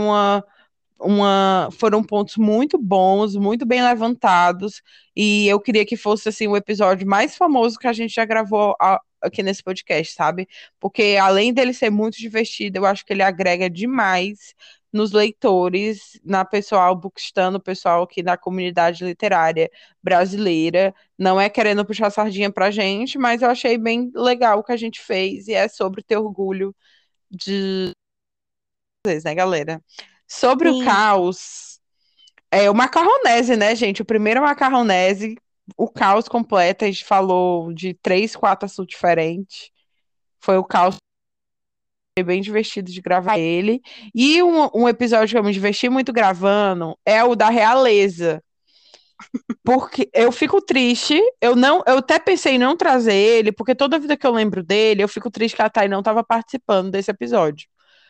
foram pontos muito bons, muito bem levantados, e eu queria que fosse assim o episódio mais famoso que a gente já gravou aqui nesse podcast, sabe? Porque além dele ser muito divertido, eu acho que ele agrega demais nos leitores, na pessoal bookstando, pessoal aqui na comunidade literária brasileira. Não é querendo puxar sardinha pra gente, mas eu achei bem legal o que a gente fez e é sobre ter orgulho de vocês, né, galera? Sobre o Sim. caos, o macarronese, né, gente? O primeiro macarronese, o caos completo, a gente falou de 3, 4 assuntos diferentes. Foi o caos. Foi bem divertido de gravar ele. E um episódio que eu me diverti muito gravando é o da realeza. Porque eu fico triste, eu até pensei em não trazer ele, porque toda vida que eu lembro dele, eu fico triste que a Thay não estava participando desse episódio.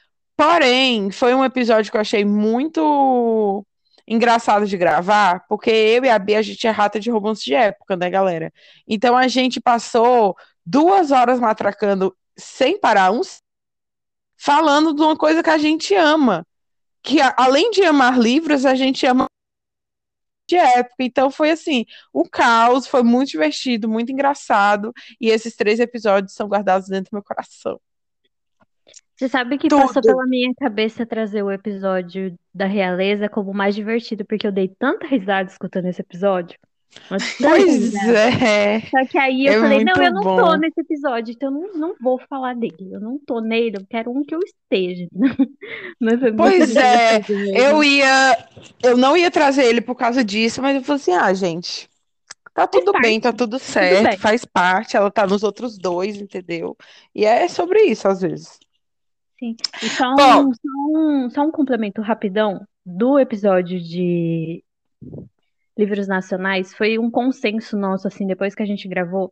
Porém, foi um episódio que eu achei muito engraçado de gravar, porque eu e a Bia, a gente é rata de romance de época, né, galera? Então a gente passou 2 horas matracando sem parar, falando de uma coisa que a gente ama. Que além de amar livros, a gente ama de época. Então foi assim, o caos, foi muito divertido, muito engraçado. E esses 3 episódios são guardados dentro do meu coração. Você sabe que passou Tudo. pela minha cabeça trazer o episódio da realeza como o mais divertido, porque eu dei tanta risada escutando esse episódio. Mas tanta Pois risada. é, Só que aí eu é falei, não, muito eu não tô bom. nesse episódio, então eu não vou falar dele. Eu não tô nele, eu quero um que eu esteja. Mas foi muito Pois é, divertido mesmo. eu não ia trazer ele por causa disso, mas eu falei assim, gente, tá Faz tudo bem, tá parte, tudo tudo certo, bem. faz parte, ela tá nos outros dois, entendeu? E é sobre isso, às vezes. Sim. E Bom, só um complemento rapidão do episódio de livros nacionais, foi um consenso nosso, assim, depois que a gente gravou.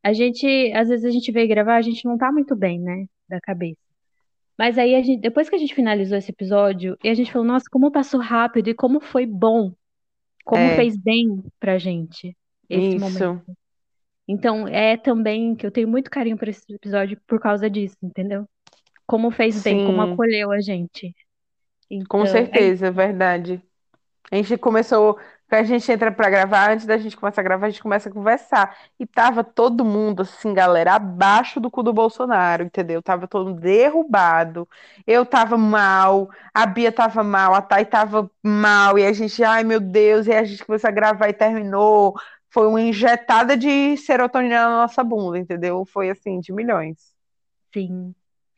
Às vezes a gente veio gravar, a gente não tá muito bem, né, da cabeça. Mas aí, depois que a gente finalizou esse episódio, e a gente falou, nossa, como passou rápido e como foi bom, como é, fez bem pra gente esse momento. isso, Então, é também que eu tenho muito carinho por esse episódio por causa disso, entendeu? Como fez bem, como sim, acolheu a gente. com Então, é certeza, é verdade. A gente começou, quando a gente entra pra gravar, antes da gente começar a gravar, a gente começa a conversar. E tava todo mundo, assim, galera, abaixo do cu do Bolsonaro, entendeu? Tava todo mundo derrubado. Eu tava mal, a Bia tava mal, a Thay tava mal. E a gente, ai meu Deus, e a gente começou a gravar e terminou. Foi uma injetada de serotonina na nossa bunda, entendeu? Foi assim, de milhões. assim.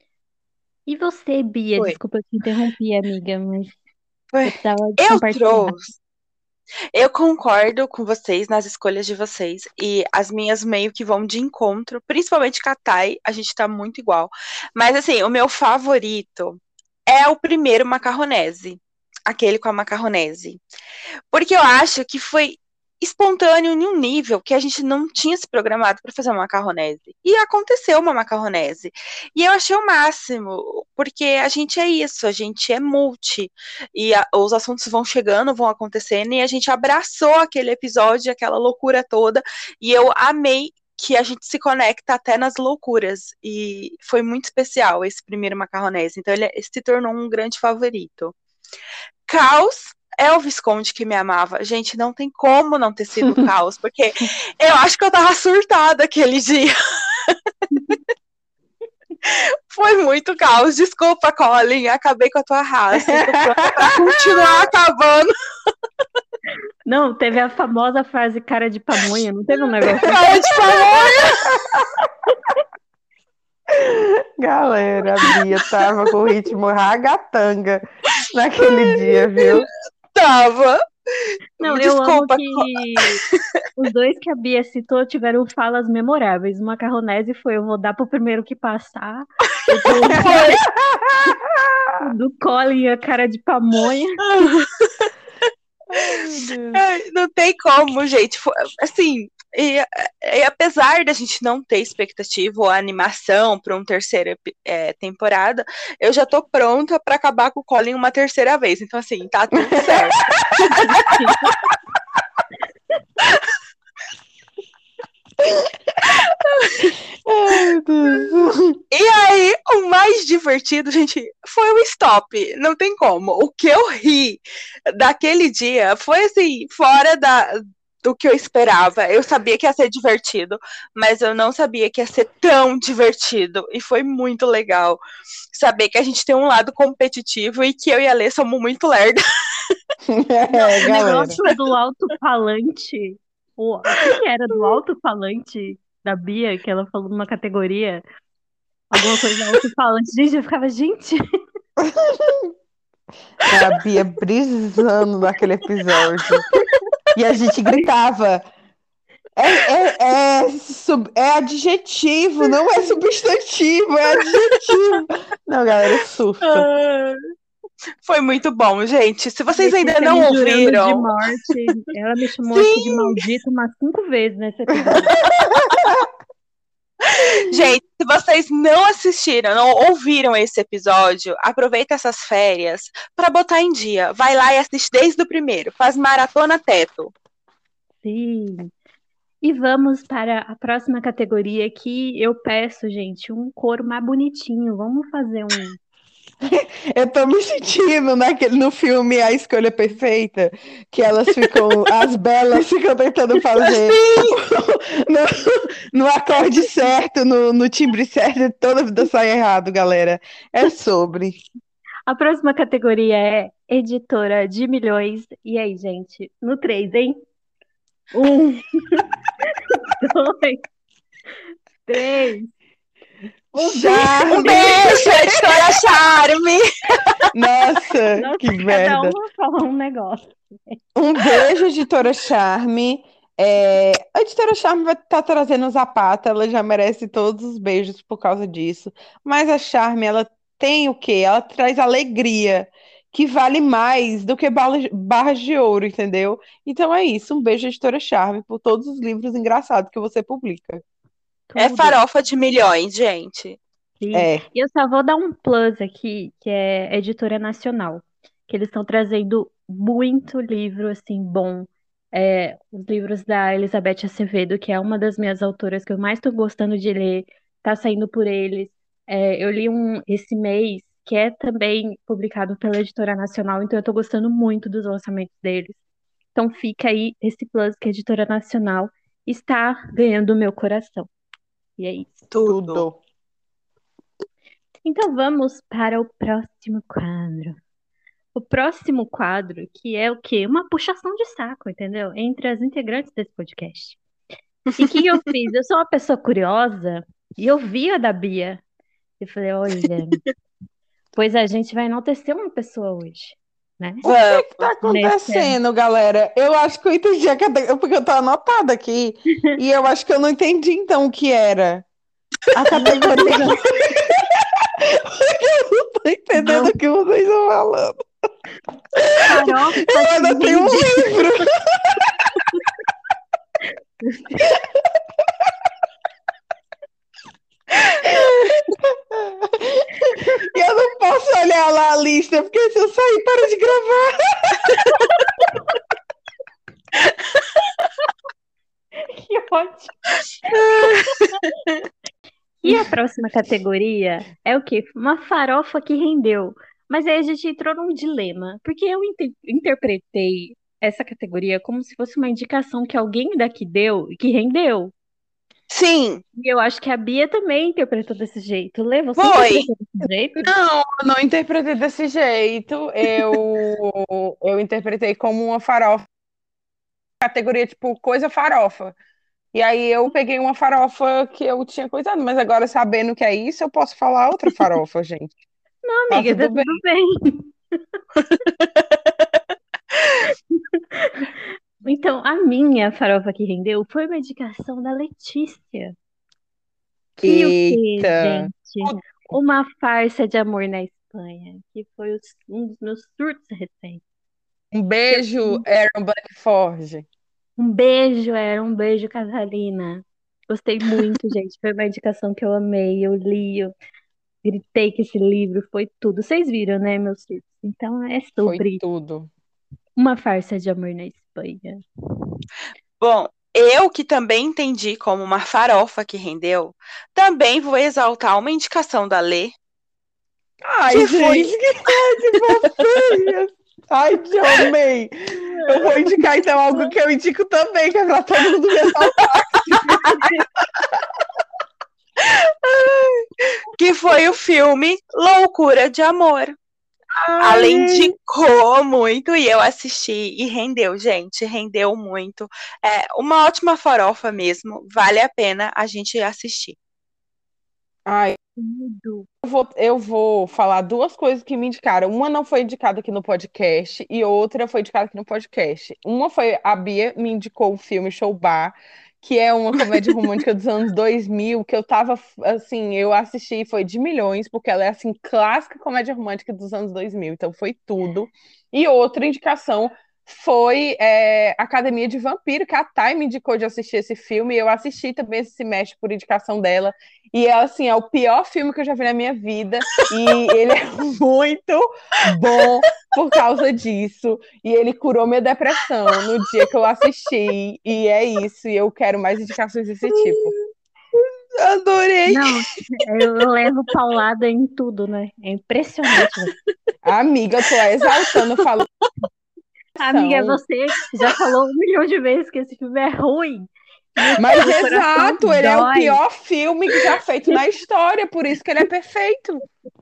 E você, Bia? Foi. Desculpa te interromper, amiga, mas Foi. eu precisava Eu compartilhar. trouxe. Eu concordo com vocês nas escolhas de vocês e as minhas meio que vão de encontro, principalmente com a Thay, a gente tá muito igual. Mas assim, o meu favorito é o primeiro macarronese, aquele com a macarronese. Porque eu acho que foi espontâneo em um nível que a gente não tinha se programado para fazer uma macarronese. E aconteceu uma macarronese. E eu achei o máximo, porque a gente é isso, a gente é multi. E os assuntos vão chegando, vão acontecendo, e a gente abraçou aquele episódio, aquela loucura toda. E eu amei que a gente se conecta até nas loucuras. E foi muito especial esse primeiro macarronese. Então ele se tornou um grande favorito. Caos é o Visconde que me amava. Gente, não tem como não ter sido caos, porque eu acho que eu tava surtada aquele dia. Foi muito caos. Desculpa, Colin, acabei com a tua raça. Tô pronta pra continuar acabando. Não, teve a famosa frase cara de pamonha, não teve um negócio assim? Cara de pamonha. Galera, a Bia tava com o ritmo ragatanga naquele dia, viu? Tava. Não, eu amo Desculpa. que os dois que a Bia citou tiveram falas memoráveis. O macarronese foi, eu vou dar pro primeiro que passar. Foi. O do Colin, a cara de pamonha. Ai, meu Deus. Não tem como, gente. Assim, e apesar da gente não ter expectativa ou animação para uma terceira temporada, eu já tô pronta para acabar com o Colin uma terceira vez. Então, assim, tá tudo certo. Ai, meu Deus. E aí, o mais divertido, gente, foi o stop. Não tem como. O que eu ri daquele dia foi assim, fora do que eu esperava. Eu sabia que ia ser divertido, mas eu não sabia que ia ser tão divertido. E foi muito legal saber que a gente tem um lado competitivo e que eu e a Lê somos muito lerda. É, O galera. negócio do alto-falante. O que era do alto-falante da Bia, que ela falou numa categoria? Alguma coisa alto-falante. Gente, eu ficava, gente. A Bia brisando naquele episódio. E a gente gritava. É adjetivo, não é substantivo, é adjetivo. Não, galera, surto. Ah, foi muito bom, gente. Se A vocês ainda Letícia não me jurando de ouviram, morte. Ela me chamou aqui de sim, maldito umas 5 vezes nesse episódio. gente, se vocês não assistiram, não ouviram esse episódio, aproveita essas férias para botar em dia. Vai lá e assiste desde o primeiro. Faz maratona teto. Sim. E vamos para a próxima categoria que eu peço, gente, um coro mais bonitinho. Vamos fazer um. Eu tô me sentindo no filme A Escolha Perfeita, que as belas ficam tentando fazer no acorde certo, no timbre certo, e toda vida sai errado, galera. É sobre. A próxima categoria é editora de milhões. E aí, gente? No 3, hein? 1, 2, 3. Um beijo. Um Charme! beijo, editora Charme! Nossa, Nossa, que cada merda. uma fala um negócio. Um beijo, editora Charme. A editora Charme vai estar trazendo o Zapata, ela já merece todos os beijos por causa disso. Mas a Charme, ela tem o quê? Ela traz alegria, que vale mais do que barras de ouro, entendeu? Então é isso. Um beijo, editora Charme, por todos os livros engraçados que você publica. É Tudo. farofa de milhões, gente. Sim. É. E eu só vou dar um plus aqui, que é editora nacional, que eles estão trazendo muito livro assim bom. Os livros da Elizabeth Acevedo, que é uma das minhas autoras que eu mais estou gostando de ler, tá saindo por eles. Eu li um esse mês que é também publicado pela editora nacional, então eu estou gostando muito dos lançamentos deles. Então fica aí esse plus que a editora nacional está ganhando o meu coração. E é isso. Tudo. Tudo. Então vamos para o próximo quadro. O próximo quadro, que é o quê? Uma puxação de saco, entendeu? Entre as integrantes desse podcast. E o que eu fiz? Eu sou uma pessoa curiosa e eu vi a da Bia. Eu falei, olha, pois a gente vai enaltecer uma pessoa hoje, né? O que que tá Nesse... acontecendo, galera? Eu acho que eu entendi porque eu tô anotada aqui. E eu acho que eu não entendi então o que era a categoria. Eu não tô entendendo Não, o que vocês estão falando. farofa Eu que ainda tenho um rende. livro. E eu não posso olhar lá a lista, porque se eu sair, para de gravar. Que ótimo. E a próxima categoria é o quê? Uma farofa que rendeu. Mas aí a gente entrou num dilema, porque eu interpretei essa categoria como se fosse uma indicação que alguém daqui deu e que rendeu. Sim, E eu acho que a Bia também interpretou desse jeito. Lê, você foi. interpretou desse jeito? Não, eu não interpretei desse jeito. Eu interpretei como uma farofa, categoria tipo coisa farofa. E aí eu peguei uma farofa que eu tinha coisado, mas agora sabendo que é isso, eu posso falar outra farofa, gente. Não, Tá amiga, tá tudo bem. tudo bem. Então, a minha farofa que rendeu foi uma indicação da Letícia. Que o quê, Eita. gente? Uma farsa de amor na Espanha, que foi um dos meus surtos recentes. Um beijo, Aaron Blackford. Um beijo, Catalina. Gostei muito, gente. Foi uma indicação que eu amei. Eu li, eu gritei que esse livro foi tudo. Vocês viram, né, meus surtos? Então é Foi sobre tudo. uma farsa de amor na Espanha. Bom, eu que também entendi como uma farofa que rendeu, também vou exaltar uma indicação da Lê, Ai, que foi. gente, que coisa feia. Ai, que amei. Eu vou indicar então algo que eu indico também, que é pra todo mundo ressaltar. Que foi o filme Loucura de Amor. Ai, Além indicou muito e eu assisti e rendeu, gente, rendeu muito. É uma ótima farofa mesmo, vale a pena a gente assistir. ai, Tudo. eu vou falar duas coisas que me indicaram. Uma não foi indicada aqui no podcast e outra foi indicada aqui no podcast. Uma foi a Bia me indicou o filme Show Bar, que é uma comédia romântica dos anos 2000, que eu tava, assim, eu assisti, foi de milhões, porque ela é, assim, clássica comédia romântica dos anos 2000, então foi tudo. E outra indicação foi Academia de Vampiro, que a Thay me indicou de assistir esse filme, e eu assisti também esse semestre por indicação dela, e é, assim, é o pior filme que eu já vi na minha vida, e ele é muito bom por causa disso. E ele curou minha depressão no dia que eu assisti. E é isso. E eu quero mais indicações desse tipo. Adorei. Não, eu levo paulada em tudo, né? É impressionante, velho. Amiga, eu tô exaltando, falando. Amiga, você já falou 1 milhão de vezes que esse filme é ruim. Mas Meu coração exato, ele é o dói. pior filme que já feito na história, por isso que ele é perfeito.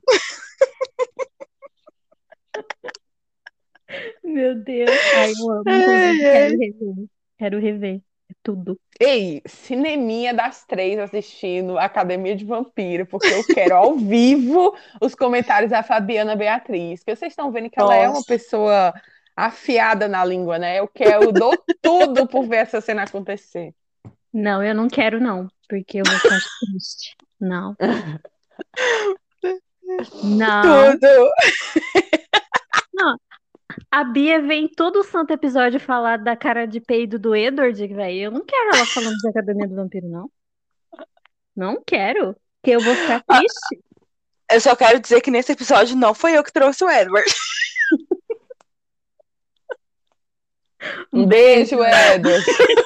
Meu Deus. Ai, eu amo. Inclusive, quero rever. Quero rever. É tudo. Ei, cineminha das 3 assistindo Academia de Vampiro, porque eu quero ao vivo os comentários da Fabiana Beatriz, que vocês estão vendo que ela é uma Nossa. pessoa afiada na língua, né? Eu dou tudo por ver essa cena acontecer. Não, eu não quero, não. Porque eu vou ficar triste. Não. Não. Tudo. Não. A Bia vem todo santo episódio falar da cara de peido do Edward, velho. Eu não quero ela falando de Academia do Vampiro, não. Não quero. Porque eu vou ficar triste. Eu só quero dizer que nesse episódio não foi eu que trouxe o Edward. Um beijo, Edward.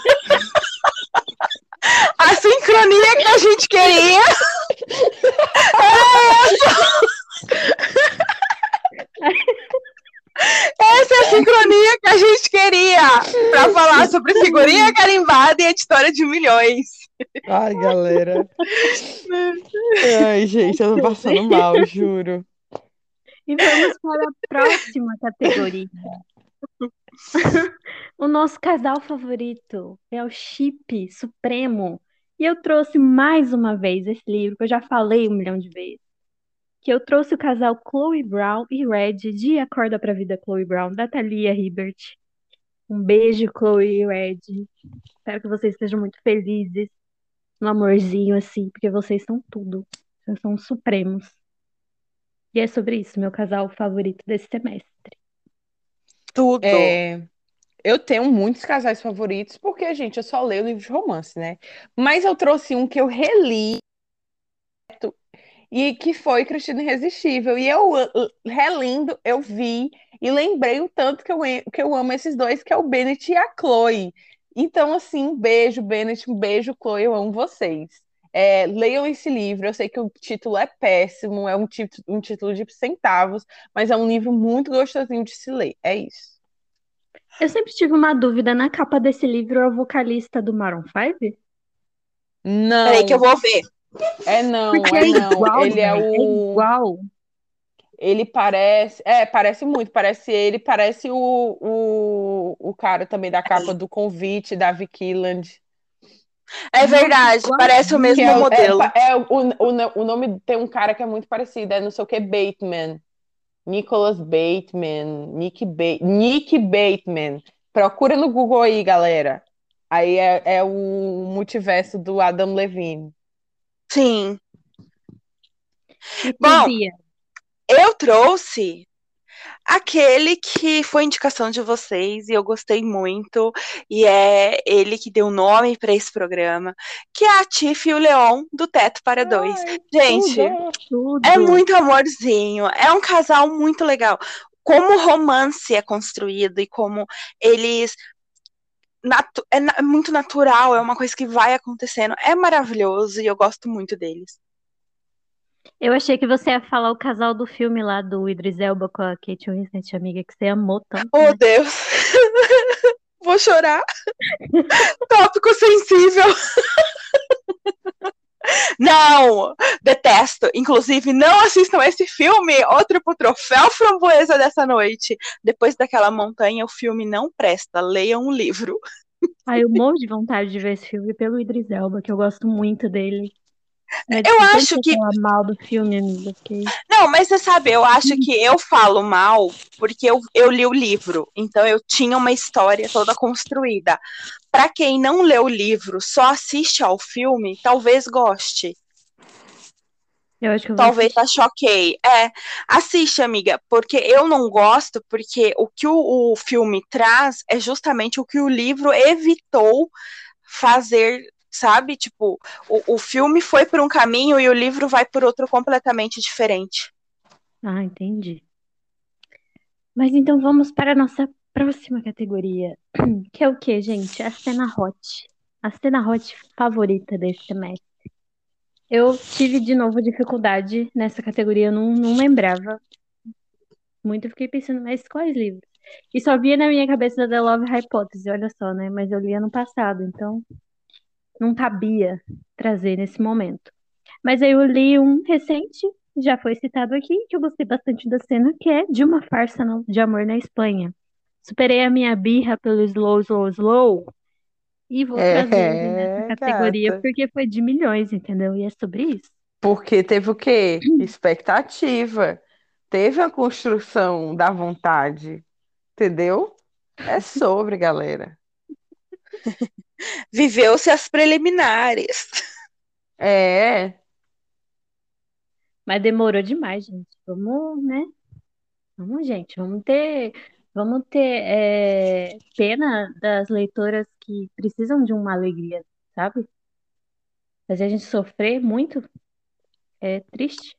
A sincronia que a gente queria. Essa é a sincronia que a gente queria para falar sobre figurinha carimbada e editora de milhões. Ai, galera. Ai, gente, eu tô passando mal, juro. E vamos para a próxima categoria. O nosso casal favorito é o Chip Supremo. E eu trouxe mais uma vez esse livro, que eu já falei 1 milhão de vezes. Que eu trouxe o casal Chloe Brown e Red de Acorda pra Vida, Chloe Brown, da Thalia Hibbert. Um beijo, Chloe e Red. Espero que vocês estejam muito felizes no amorzinho, assim, porque vocês são tudo. Vocês são os supremos. E é sobre isso, meu casal favorito desse semestre. Tudo. Eu tenho muitos casais favoritos, porque, gente, eu só leio livro de romance, né? Mas eu trouxe um que eu reli e que foi Cristina Irresistível. E eu, relendo, eu vi e lembrei o tanto que eu amo esses dois, que é o Bennett e a Chloe. Então, assim, um beijo, Bennett, um beijo, Chloe, eu amo vocês. Leiam esse livro, eu sei que o título é péssimo, é um título de centavos, mas é um livro muito gostosinho de se ler. É isso. Eu sempre tive uma dúvida, na capa desse livro é o vocalista do Maroon 5? Peraí que eu Não, vou ver. não, Porque é não. igual, Ele é velho, é o. igual. Ele parece. Parece muito. Parece ele, parece o cara também da capa do Convite, da Vicky Land. É Nossa, verdade, parece o Que mesmo modelo. o nome tem um cara que é muito parecido, é não sei o que, Bateman. Nicholas Bateman. Nick Bateman. Procura no Google aí, galera. Aí é o multiverso do Adam Levine. Sim. E tu, Bom, Bia? eu trouxe aquele que foi indicação de vocês e eu gostei muito, e é ele que deu nome para esse programa, que é a Tiff e o Leon do Teto para Dois. Ai, Gente, tudo! é Tudo. muito amorzinho, é um casal muito legal. Como o romance é construído e como eles é muito natural, é uma coisa que vai acontecendo, é maravilhoso e eu gosto muito deles. Eu achei que você ia falar o casal do filme lá do Idris Elba com a Kate Winslet, amiga, que você amou tanto, Oh, né? Deus. Vou chorar. Tópico sensível. Não, detesto. Inclusive, não assistam esse filme. Outro pro troféu framboesa dessa noite. Depois daquela montanha, o filme não presta. Leiam um livro. Ai, eu morro de vontade de ver esse filme pelo Idris Elba, que eu gosto muito dele. Não é Eu difícil acho você que falar mal do filme, amiga, porque... Não, Não, mas você sabe, eu acho que eu falo mal porque eu li o livro, então eu tinha uma história toda construída. Pra quem não lê o livro, só assiste ao filme, talvez goste. Eu acho que eu vou Talvez assistir. ache ok. Assiste, amiga, porque eu não gosto, porque o que o filme traz é justamente o que o livro evitou fazer, sabe? Tipo, o filme foi por um caminho e o livro vai por outro completamente diferente. Ah, entendi. Mas então vamos para a nossa próxima categoria, que é o quê, gente? A cena hot. A cena hot favorita desse semestre. Eu tive de novo dificuldade nessa categoria, eu não lembrava muito, eu fiquei pensando, mas quais livros? E só via na minha cabeça The Love Hypothesis, olha só, né? Mas eu li ano passado, então não cabia trazer nesse momento. Mas aí eu li um recente, já foi citado aqui, que eu gostei bastante da cena, que é de uma farsa de amor na Espanha. Superei a minha birra pelo Slow, Slow, Slow e vou trazer ele nessa categoria Gata. porque foi de milhões, entendeu? E é sobre isso. Porque teve o quê? Expectativa. Teve a construção da vontade, entendeu? É sobre, galera. Viveu-se as preliminares. É, Mas demorou demais, gente. Vamos, né? Vamos, gente. Vamos ter pena das leitoras que precisam de uma alegria, sabe? Fazer a gente sofrer muito é triste.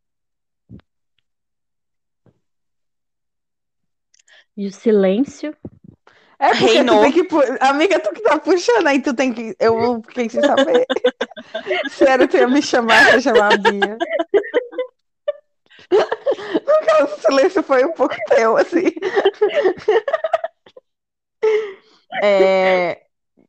E o silêncio. é porque tu tem Reinou. que. Amiga, tu que tá puxando, aí tu tem que. Eu fiquei sem saber. Sério, tu ia me chamar, você ia chamar a Bia. No caso, o silêncio foi um pouco teu, assim. É,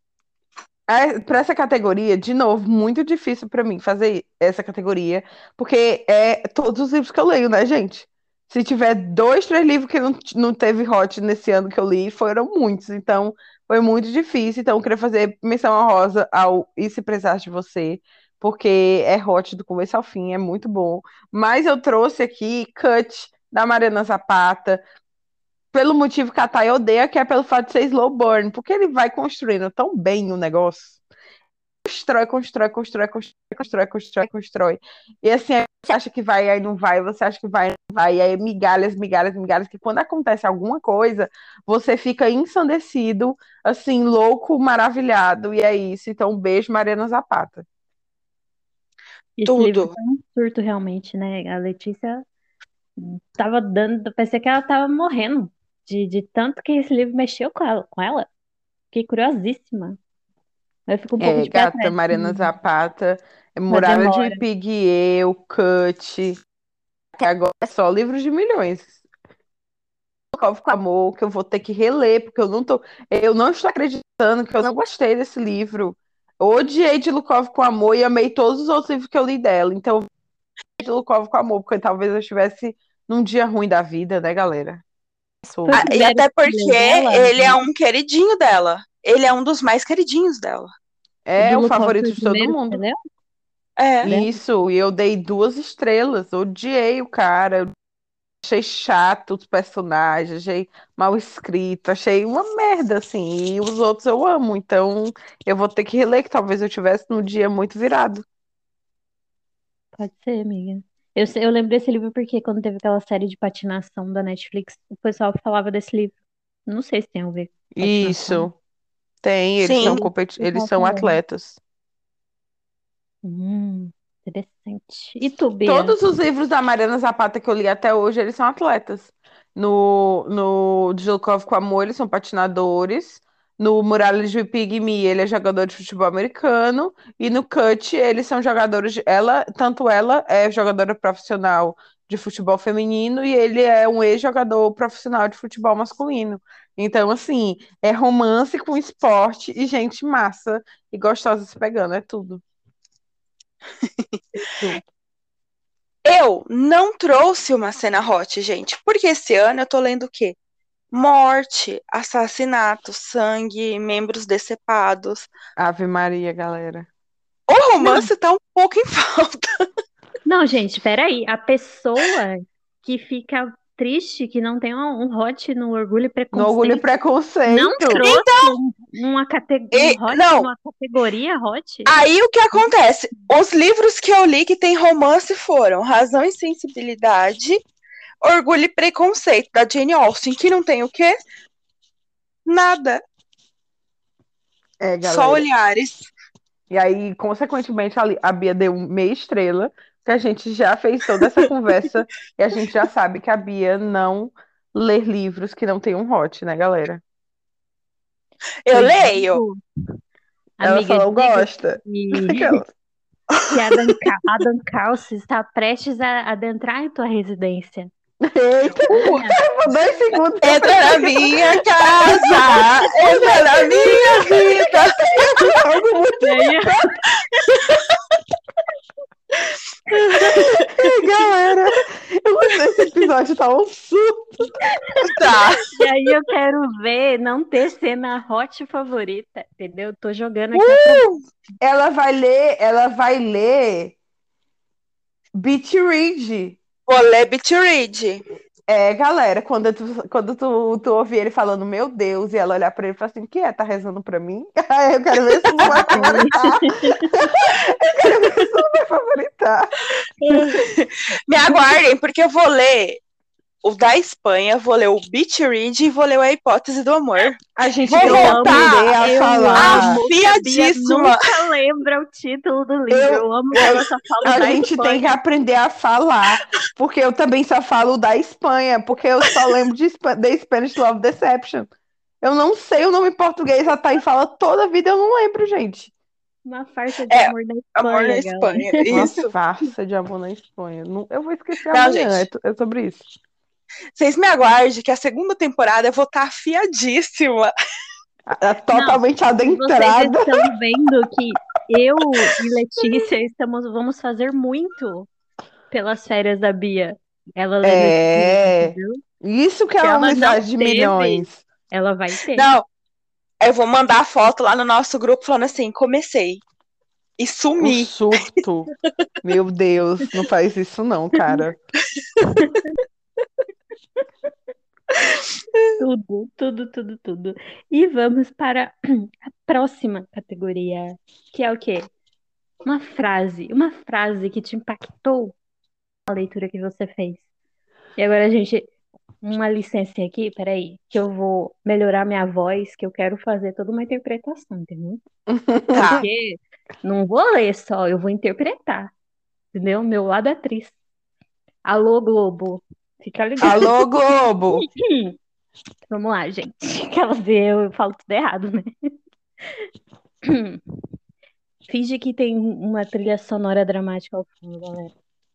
para essa categoria, de novo, muito difícil para mim fazer essa categoria, porque é todos os livros que eu leio, né, gente? Se tiver dois, três livros que não teve hot nesse ano que eu li, foram muitos, então foi muito difícil. Então, eu queria fazer menção honrosa ao E Se Precisar de Você, porque é hot do começo ao fim, é muito bom. Mas eu trouxe aqui Cut, da Mariana Zapata, pelo motivo que a Thay odeia, que é pelo fato de ser slow burn, porque ele vai construindo tão bem o negócio. Constrói, constrói, constrói, constrói, constrói, constrói, constrói. E assim, aí você acha que vai, aí não vai, você acha que vai, não vai, e aí migalhas, migalhas, migalhas, que quando acontece alguma coisa, você fica ensandecido, assim, louco, maravilhado, e é isso. Então, um beijo, Mariana Zapata. Esse livro Tudo. foi um surto realmente, né? A Letícia tava dando, parecia que ela tava morrendo de tanto que esse livro mexeu com ela. Fiquei curiosíssima. Eu fico um pouco É, de pé gata, atrás Mariana Zapata, da Muralha de demora. Ipig e eu, Cut, que agora é só livros de milhões. Love com Amor, que eu vou ter que reler, porque eu não estou acreditando que eu não gostei desse livro. Eu odiei de Lukov com Amor e amei todos os outros livros que eu li dela. Então, eu vou de Lukov com Amor, porque talvez eu estivesse num dia ruim da vida, né, galera? Foi o Sobre. E primeiro até que você porque leu dela? ele é um queridinho dela. Ele é um dos mais queridinhos dela. O do É o Lukov foi favorito o de todo primeiro que você mundo. leu É. dela? Isso, e eu dei 2 estrelas. Odiei o cara. Achei chato os personagens, achei mal escrito, achei uma merda, assim. E os outros eu amo, então eu vou ter que reler, que talvez eu tivesse num dia muito virado. Pode ser, amiga. Eu lembro desse livro porque quando teve aquela série de patinação da Netflix, o pessoal falava desse livro. Não sei se tem a ver com patinação. Isso, tem, Sim. Eu eles tava são falando. atletas. Interessante. E tu, Bia? Todos os livros da Mariana Zapata que eu li até hoje, eles são atletas. No Djilkov com Amor, eles são patinadores. No Muralhas de Pygmy, ele é jogador de futebol americano. E no Cut, eles são jogadores. Tanto ela é jogadora profissional de futebol feminino e ele é um ex-jogador profissional de futebol masculino. Então, assim, é romance com esporte e gente massa e gostosa se pegando, é tudo. Tu. Eu não trouxe uma cena hot, gente, porque esse ano eu tô lendo o quê? Morte, assassinato, sangue, membros decepados. Ave Maria, galera. O Não, romance tá um pouco em falta. Não, gente, peraí. A pessoa que fica triste, que não tem um hot no Orgulho e No Orgulho e Preconceito, não Preconceito. trouxe um hot, Não, uma categoria hot? aí o que acontece? Os livros que eu li que tem romance foram Razão e Sensibilidade, Orgulho e Preconceito, da Jane Austen, que não tem o quê? Nada. É, Só galera. olhares. E aí, consequentemente, a Bia deu meia estrela, que a gente já fez toda essa conversa e a gente já sabe que a Bia não lê livros que não tem um hot, né, galera? Eu Eu leio. digo, Ela amiga, só eu não digo gosta. que, Aquela. que Adam Calce está prestes a adentrar em tua residência. Eita, Olha, por 2 segundos eu Entra pensei na que minha casa, entra na minha vida. era algo muito. e aí, Galera, esse episódio tá um surto. Tá. e aí eu quero ver não ter cena hot favorita, entendeu? Tô jogando aqui a promessa. Ela vai ler Beach Read. Vou ler Beat Read. É, galera, quando tu ouvir ele falando, meu Deus, e ela olhar pra ele e falar assim, o que é? Tá rezando pra mim? Eu quero ver se tu não vai favoritar. Eu quero ver se tu não vai favoritar. Me aguardem, porque eu vou ler o da Espanha, vou ler o Beat Read e vou ler a Hipótese do Amor. A gente Vou tem que aprender a Eu falar. amo que a Bia Afiadíssima. nunca lembra o título do livro. Eu amo que ela só fala A da gente tem que Espanha. aprender a falar, porque eu também só falo da Espanha, porque eu só lembro de The Spanish Love Deception. Eu não sei o nome em português, a Thay fala toda a vida, eu não lembro, gente. Uma farsa de É, amor na Amor na Espanha, galera. Espanha. Uma Isso. farsa de amor na Espanha. Eu vou esquecer Não, amanhã, gente. é sobre isso. Vocês me aguardem que a segunda temporada eu vou estar afiadíssima. Totalmente Vocês adentrada. estão vendo que eu e Letícia vamos fazer muito pelas férias da Bia. Ela lendo esse livro, É. entendeu? Isso que é Se uma ela não amizade de teve, milhões. ela vai ter. Não, eu vou mandar foto lá no nosso grupo falando assim, comecei. E O sumi. surto. Meu Deus, não faz isso não, cara. Tudo, tudo, tudo, tudo. E vamos para a próxima categoria, que é o quê? Uma frase que te impactou na leitura que você fez. E agora, gente, uma licença aqui, peraí, que eu vou melhorar minha voz, que eu quero fazer toda uma interpretação, entendeu? Tá. Porque não vou ler só, eu vou interpretar, entendeu? Meu lado atriz. Alô, Globo, fica ligado. Alô, Globo! Vamos lá, gente. Aquelas eu falo tudo errado, né? Finge que tem uma trilha sonora dramática ao fundo, galera.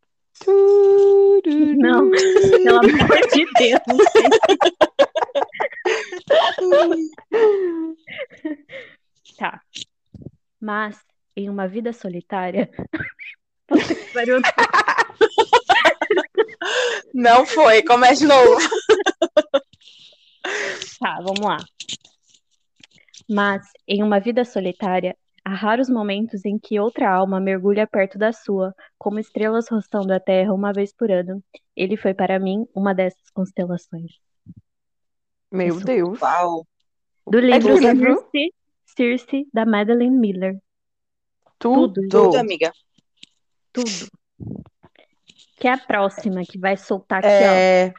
Não, pelo amor de Deus, não sei. Tá. Mas, em uma vida solitária. Puta que pariu. Não foi, começa de novo. Tá, vamos lá. Mas, em uma vida solitária, há raros momentos em que outra alma mergulha perto da sua, como estrelas roçando a terra uma vez por ano. Ele foi para mim uma dessas constelações. Meu Isso. Deus. Uau. Do É livro do livro? Circe, da Madeleine Miller. Tudo. Tudo, amiga. Tudo. Que é a próxima que vai soltar aqui, É,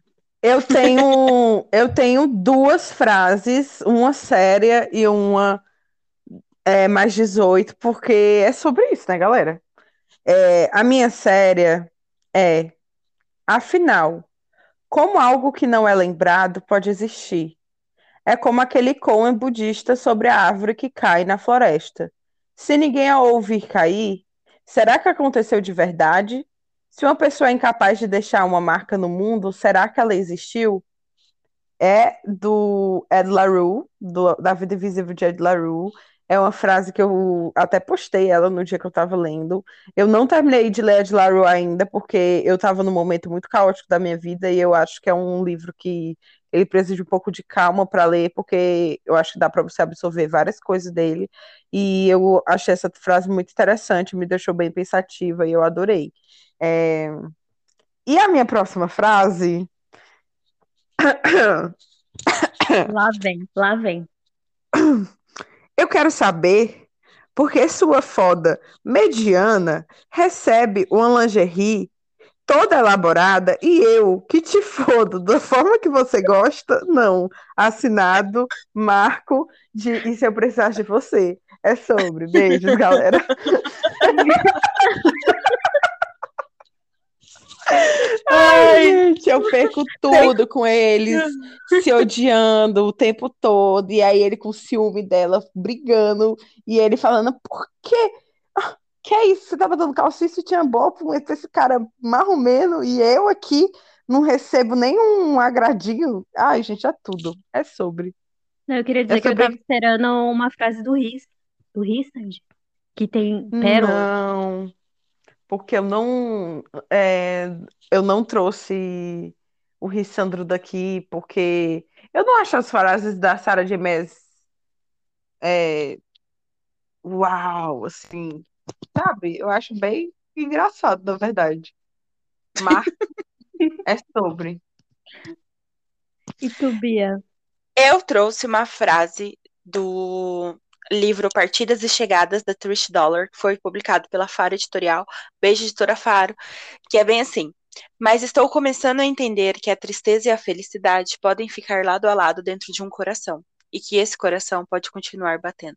eu tenho 2 frases, uma séria e uma mais 18, porque é sobre isso, né, galera? A minha séria é, afinal, como algo que não é lembrado pode existir? É como aquele koan budista sobre a árvore que cai na floresta. Se ninguém a ouvir cair, será que aconteceu de verdade? Se uma pessoa é incapaz de deixar uma marca no mundo, será que ela existiu? É do Ed La Rue, da Vida Invisível de Ed La Rue. É uma frase que eu até postei ela no dia que eu estava lendo. Eu não terminei de ler Ed La Rue ainda, porque eu estava num momento muito caótico da minha vida e eu acho que é um livro que ele precisa de um pouco de calma para ler, porque eu acho que dá para você absorver várias coisas dele. E eu achei essa frase muito interessante, me deixou bem pensativa e eu adorei. É, E a minha próxima frase. Lá vem, lá vem. Eu quero saber por que sua foda mediana recebe uma lingerie toda elaborada e eu, que te fodo da forma que você gosta, não. Assinado Marco E se eu precisar de você? É sobre. Beijos, galera. Ai, Ai, gente, eu perco tudo com eles se odiando o tempo todo. E aí ele com ciúme dela, brigando. E ele falando, por quê? Que é isso? Você tava dando calcinha e sutiã bom pra esse cara marromeno e eu aqui não recebo nenhum agradinho. Ai, gente, é tudo. É sobre. Não, eu queria É dizer que eu tava sobre. esperando uma frase do Rissand, que tem pérola. Não, porque eu não trouxe o Rissandro daqui, porque eu não acho as frases da Sarah J. Maas, é, uau, assim, sabe? Eu acho bem engraçado, na verdade. Mas é sobre. E tu, Bia? eu trouxe uma frase do livro Partidas e Chegadas, da Trish Dollar, que foi publicado pela Faro Editorial. Beijo, editora Faro, que é bem assim. Mas estou começando a entender que a tristeza e a felicidade podem ficar lado a lado dentro de um coração. E que esse coração pode continuar batendo.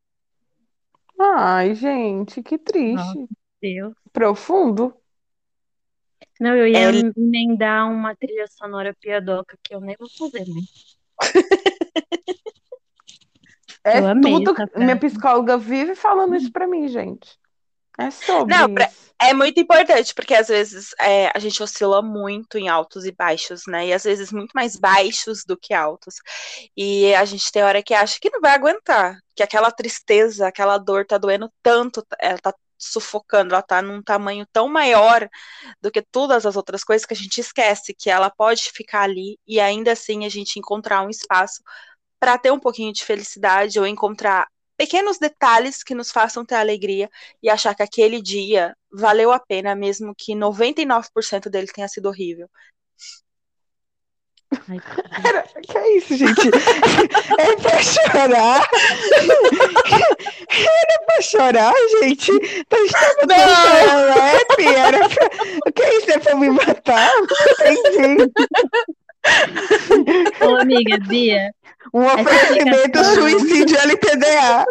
Ai, gente, que Nossa, triste. Deus. Profundo. Não, eu ia É, emendar uma trilha sonora piadoca que eu nem vou fazer, né? É Eu amei tudo. essa Minha frase. psicóloga vive falando isso pra mim, gente. É não, sobre isso. é muito importante, porque às vezes a gente oscila muito em altos e baixos, né? E às vezes muito mais baixos do que altos. E a gente tem hora que acha que não vai aguentar, que aquela tristeza, aquela dor tá doendo tanto, ela tá sufocando, ela tá num tamanho tão maior do que todas as outras coisas que a gente esquece que ela pode ficar ali e ainda assim a gente encontrar um espaço para ter um pouquinho de felicidade ou encontrar pequenos detalhes que nos façam ter alegria e achar que aquele dia valeu a pena, mesmo que 99% dele tenha sido horrível. Ai, Que é isso, gente? É pra chorar? Era pra chorar, gente? Então estava dançando rap? Era pra... O que é isso? É pra me matar? Não entendi. ô, amiga, Bia, Um essa oferecimento explicação, suicídio LTDA.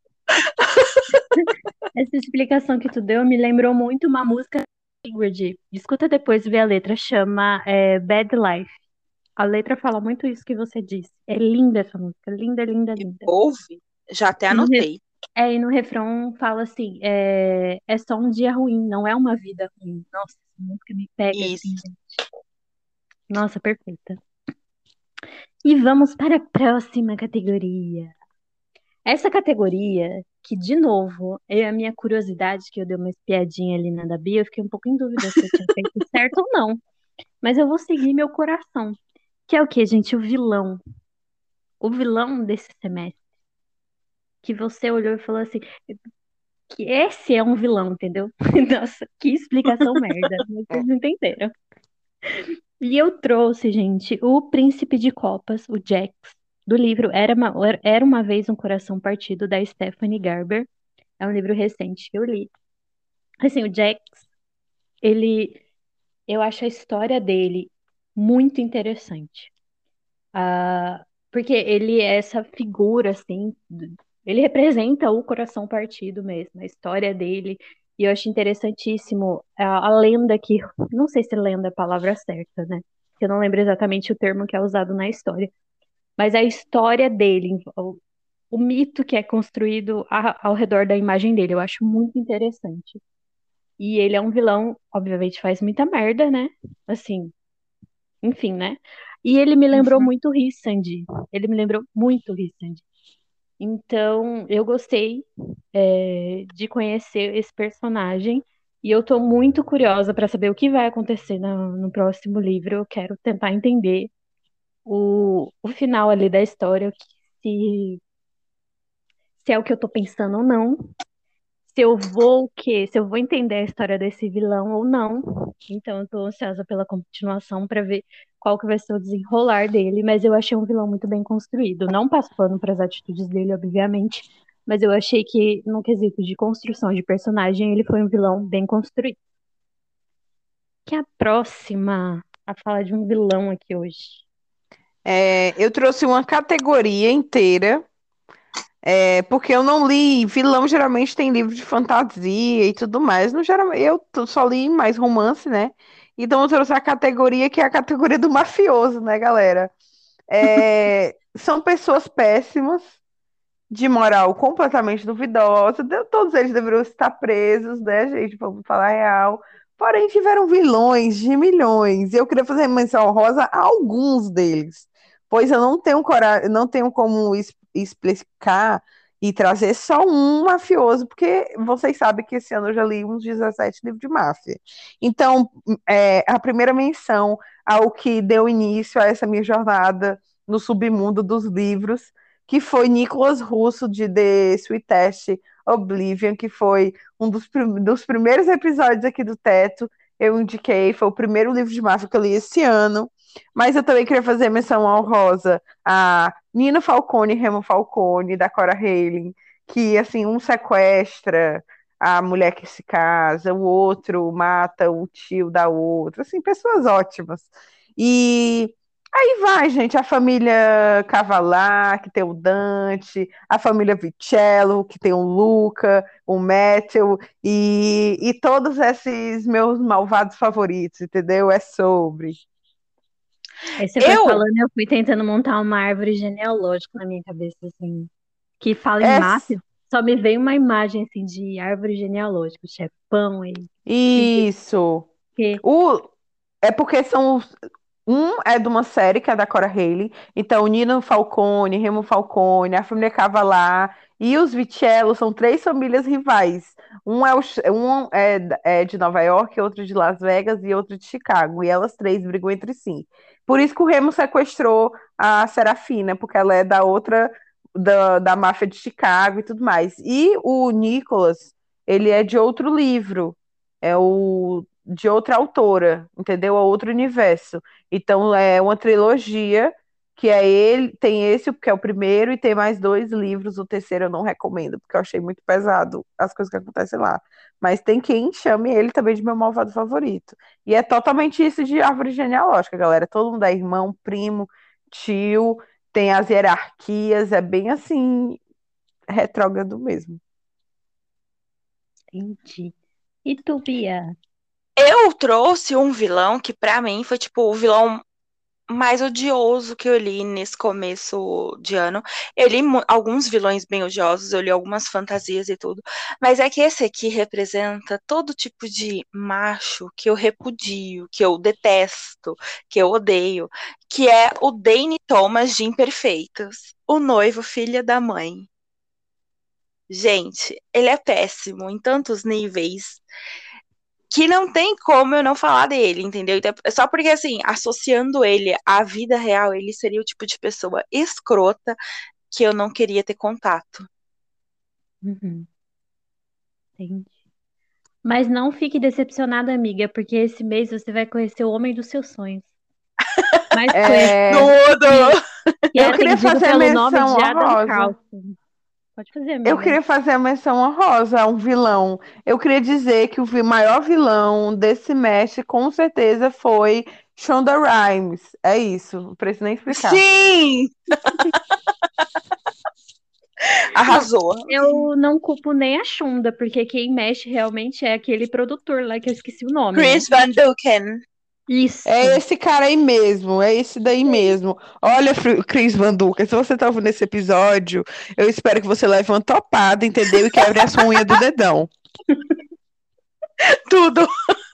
essa explicação que tu deu me lembrou muito uma música da Ingrid. Escuta depois, vê a letra, chama Bad Life. A letra fala muito isso que você disse. É linda essa música, linda, linda, linda. Ouve, já até E no, anotei. e no refrão fala assim, é só um dia ruim, não é uma vida ruim. Nossa, essa música me pega assim, Isso. gente. Nossa, perfeita. E vamos para a próxima categoria. Essa categoria, que de novo, é a minha curiosidade, que eu dei uma espiadinha ali na da Bia, eu fiquei um pouco em dúvida se eu tinha feito certo ou não. Mas eu vou seguir meu coração. Que é o quê, gente? O vilão. O vilão desse semestre. Que você olhou e falou assim, que esse é um vilão, entendeu? Nossa, que explicação merda. Vocês não entenderam. E eu trouxe, gente, o Príncipe de Copas, o Jax, do livro Era uma Vez um Coração Partido, da Stephanie Garber. É um livro recente que eu li. Assim, o Jax, ele, eu acho a história dele muito interessante. Porque ele é essa figura, assim, ele representa o coração partido mesmo, a história dele. E eu acho interessantíssimo a lenda que, não sei se lenda é a palavra certa, né? Eu não lembro exatamente o termo que é usado na história. Mas a história dele, o mito que é construído ao redor da imagem dele, eu acho muito interessante. E ele é um vilão, obviamente faz muita merda, né? Assim, enfim, né? E ele me lembrou Uhum. muito Rissand. Ele me lembrou muito Rissand. Então, eu gostei, de conhecer esse personagem. E eu tô muito curiosa para saber o que vai acontecer no próximo livro. Eu quero tentar entender. o final ali da história, se, se é o que eu tô pensando ou não, se eu vou o quê? Se eu vou entender a história desse vilão ou não. Então eu tô ansiosa pela continuação pra ver qual que vai ser o desenrolar dele, mas eu achei um vilão muito bem construído. Não passo pano para as atitudes dele, obviamente, mas eu achei que no quesito de construção de personagem, ele foi um vilão bem construído. Que é a próxima a falar de um vilão aqui hoje. Eu trouxe uma categoria inteira, porque eu não li. Vilão geralmente tem livro de fantasia e tudo mais. No geral, só li mais romance, né? Então eu trouxe a categoria que é a categoria do mafioso, né, galera? São pessoas péssimas, de moral completamente duvidosa. Todos eles deveriam estar presos, né, gente? Vamos falar a real. Porém, tiveram vilões de milhões. E eu queria fazer menção honrosa a alguns deles, pois eu não tenho coragem, não tenho como explicar e trazer só um mafioso, porque vocês sabem que esse ano eu já li uns 17 livros de máfia. Então, a primeira menção ao que deu início a essa minha jornada no submundo dos livros, que foi Nicholas Russo de The Sweetest Oblivion, que foi um dos primeiros episódios aqui do Teto. Eu indiquei, foi o primeiro livro de máfia que eu li esse ano. Mas eu também queria fazer menção honrosa a Nina Falcone e Remo Falcone, da Cora Hayling, que, assim, um sequestra a mulher que se casa, o outro mata o tio da outra, assim, pessoas ótimas. E aí vai, gente, a família Cavalar, que tem o Dante, a família Vicello, que tem o Luca, o Matthew, e todos esses meus malvados favoritos, entendeu? É sobre. Aí você foi Eu, falando, eu fui tentando montar uma árvore genealógica na minha cabeça, assim, que fala em É máfia, só me veio uma imagem, assim, de árvore genealógica, o chefão e isso. que O, É porque um é de uma série que é da Cora Hayling, então Nina Falcone, Remo Falcone, a família Cavalar e os Vicello são três famílias rivais. Um é de Nova York, outro de Las Vegas e outro de Chicago, e elas três brigam entre si. Por isso que o Remo sequestrou a Serafina, porque ela é da outra, da máfia de Chicago e tudo mais. E o Nicholas, ele é de outro livro, é o de outra autora, entendeu? É outro universo. Então é uma trilogia que é ele, tem esse que é o primeiro e tem mais dois livros. O terceiro eu não recomendo, porque eu achei muito pesado as coisas que acontecem lá. Mas tem quem chame ele também de meu malvado favorito. E é totalmente isso de árvore genealógica, galera. Todo mundo é irmão, primo, tio, tem as hierarquias, é bem assim, retrógrado mesmo. entendi. E tu, Bia? eu trouxe um vilão que pra mim foi tipo o vilão mais odioso que eu li nesse começo de ano. Eu li alguns vilões bem odiosos, eu li algumas fantasias e tudo, mas é que esse aqui representa todo tipo de macho que eu repudio, que eu detesto, que eu odeio, que é o Danny Thomas de Imperfeitos, o noivo filha da mãe. Gente, ele é péssimo em tantos níveis que não tem como eu não falar dele, entendeu? Então, só porque, assim, associando ele à vida real, ele seria o tipo de pessoa escrota que eu não queria ter contato. Uhum, entendi. Mas não fique decepcionada, amiga, porque esse mês você vai conhecer o homem dos seus sonhos. Mais É, conhecido que, Tudo! que é eu queria atendido fazer pelo nome menção de Adam honrosa. Carlson. Pode fazer, Eu amiga. queria fazer a menção honrosa a um vilão. Eu queria dizer que o maior vilão desse mestre, com certeza, foi Shonda Rhimes. É isso, não preciso nem explicar. Sim! Não, Arrasou. Eu não culpo nem a Shonda, porque quem mexe realmente é aquele produtor lá que eu esqueci o nome, né? Chris Van Duken. é Isso. esse cara aí mesmo, é esse daí mesmo. Olha, Cris Van Duca, se você tá ouvindo esse episódio, eu espero que você leve uma topada, entendeu? E quebre a sua unha do dedão. Tudo.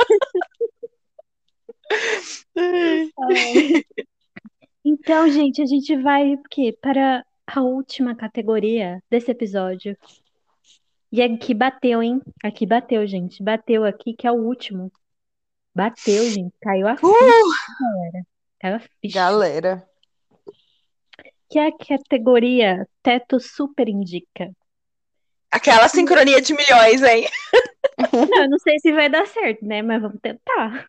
Ai. Então, gente, a gente vai o quê? Para a última categoria desse episódio. E aqui bateu, hein? Aqui bateu, gente. Bateu aqui, que é o último. Bateu, gente. Caiu a ficha, Uh, galera. Caiu a ficha. Galera. que é a categoria Teto Super Indica. Aquela sincronia de milhões, hein? Não, eu não sei se vai dar certo, né? Mas vamos tentar.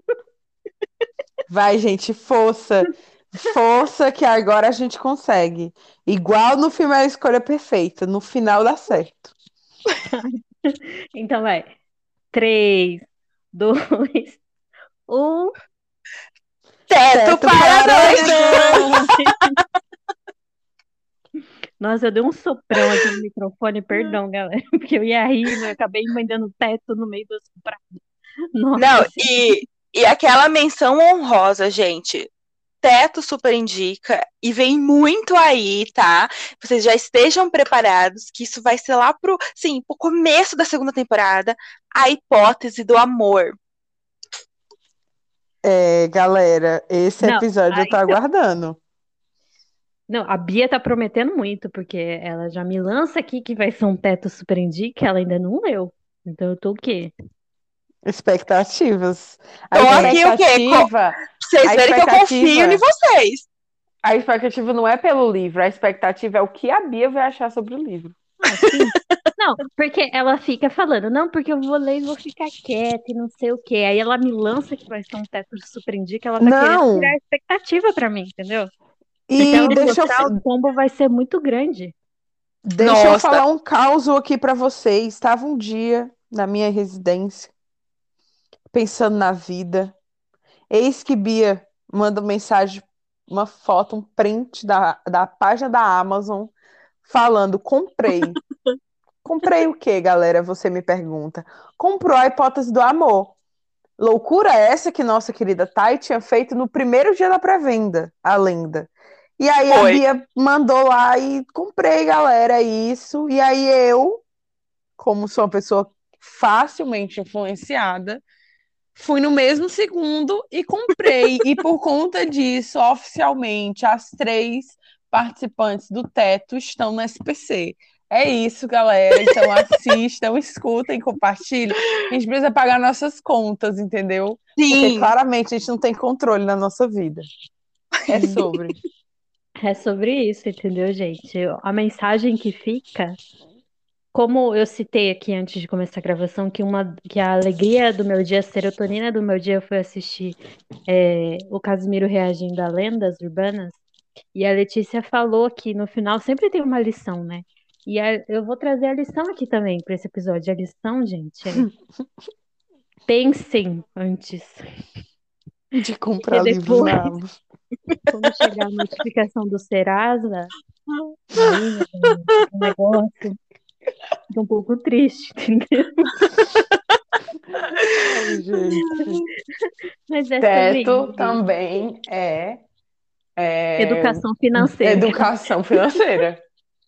Vai, gente, força. Força que agora a gente consegue. Igual no filme A Escolha Perfeita. No final dá certo. Então vai. 3, 2, 1. Teto Teto para para dois! dois! Nossa, eu dei um soprão aqui no microfone, perdão, galera, porque eu ia rir, mas eu acabei emendando teto no meio do soprado. Não, Nossa Senhora. e aquela menção honrosa, gente. Teto super indica e vem muito aí, tá? Vocês já estejam preparados que isso vai ser lá pro começo da segunda temporada, a hipótese do amor. É, galera, esse Não, episódio eu tô aguardando. não, a Bia tá prometendo muito, porque ela já me lança aqui que vai ser um teto super indica, ela ainda não leu. Então eu tô o quê? Expectativas. A Tô aqui o quê? expectativa, Pra vocês a verem que eu confio em expectativa, vocês. a expectativa não é pelo livro, a expectativa é o que a Bia vai achar sobre o livro. Ah, sim. Não, porque ela fica falando, não, porque eu vou ler e vou ficar quieta e não sei o quê. Aí ela me lança que vai ser um teto super indica, ela tá querendo criar Não, expectativa pra mim, entendeu? Se e ela não gostar, o tombo vai ser muito grande. deixa eu Nossa, falar um caos aqui pra vocês. Estava um dia na minha residência, pensando na vida. Eis que Bia manda mensagem, uma foto, um print da página da Amazon, falando: comprei. Comprei o quê, galera? Você me pergunta. Comprou a hipótese do amor. Loucura essa que nossa querida Thay tinha feito no primeiro dia da pré-venda, a lenda. E aí a foi. Bia mandou lá e comprei, galera, isso. E aí eu, como sou uma pessoa facilmente influenciada, fui no mesmo segundo e comprei. E por conta disso, oficialmente, as 3 participantes do Teto estão no SPC. É isso, galera. Então assistam, escutem, compartilhem. A gente precisa pagar nossas contas, entendeu? Porque Sim, claramente a gente não tem controle na nossa vida. É Sim. sobre. É sobre isso, entendeu, gente? A mensagem que fica, como eu citei aqui antes de começar a gravação, que a alegria do meu dia, a serotonina do meu dia foi assistir o Casimiro reagindo a lendas urbanas. E a Letícia falou que no final sempre tem uma lição, né? Eu vou trazer a lição aqui também para esse episódio. A lição, gente, é pensem antes. De Porque comprar livros depois, na Amazon. quando chegar a notificação do Serasa, aí, meu Deus, o negócio fica um pouco triste, entendeu? Ai, gente. Mas é sobre Teto isso. também é Educação financeira. educação financeira.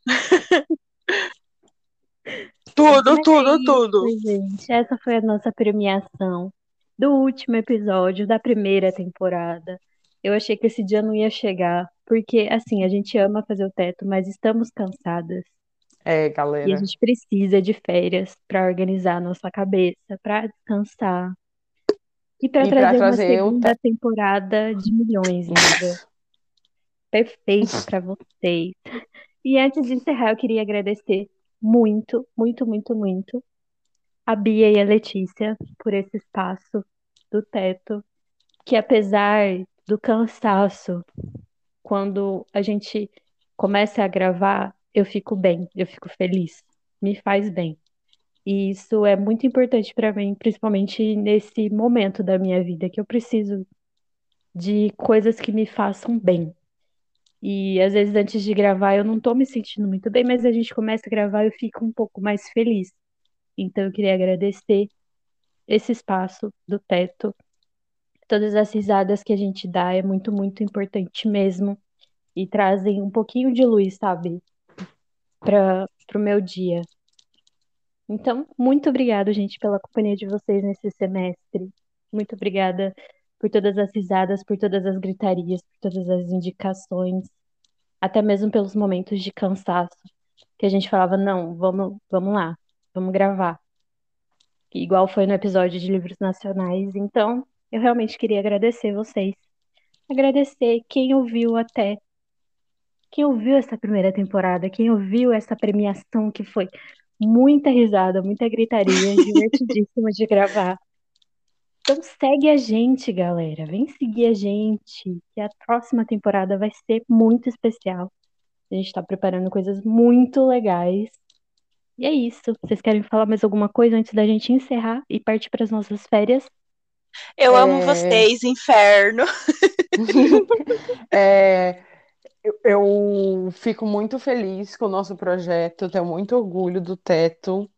tudo, Mas é tudo, tudo. isso, gente. Essa foi a nossa premiação do último episódio da primeira temporada. Eu achei que esse dia não ia chegar, porque assim, a gente ama fazer o teto, mas estamos cansadas É, e a galera. gente precisa de férias para organizar a nossa cabeça, para descansar e para E para trazer uma trazer o segunda temporada de milhões, entendeu? Perfeita para vocês. E antes de encerrar, eu queria agradecer muito, muito, muito, muito a Bia e a Letícia por esse espaço do teto, que apesar do cansaço, quando a gente começa a gravar, eu fico bem, eu fico feliz, me faz bem. E isso é muito importante para mim, principalmente nesse momento da minha vida, que eu preciso de coisas que me façam bem. E às vezes antes de gravar eu não tô me sentindo muito bem, mas a gente começa a gravar e eu fico um pouco mais feliz. Então eu queria agradecer esse espaço do teto. Todas as risadas que a gente dá é muito, muito importante mesmo. E trazem um pouquinho de luz, sabe, para o meu dia. Então, muito obrigada, gente, pela companhia de vocês nesse semestre. Muito obrigada por todas as risadas, por todas as gritarias, por todas as indicações, até mesmo pelos momentos de cansaço, que a gente falava, não, vamos lá, vamos gravar. Igual foi no episódio de livros nacionais. Então, eu realmente queria agradecer vocês. Agradecer quem ouviu até quem ouviu essa primeira temporada, quem ouviu essa premiação que foi muita risada, muita gritaria, divertidíssima de gravar. Então segue a gente, galera. Vem seguir a gente, que a próxima temporada vai ser muito especial. A gente tá preparando coisas muito legais. E é isso. Vocês querem falar mais alguma coisa antes da gente encerrar e partir para as nossas férias? Eu amo É, vocês, inferno. é, eu fico muito feliz com o nosso projeto, tenho muito orgulho do Teto.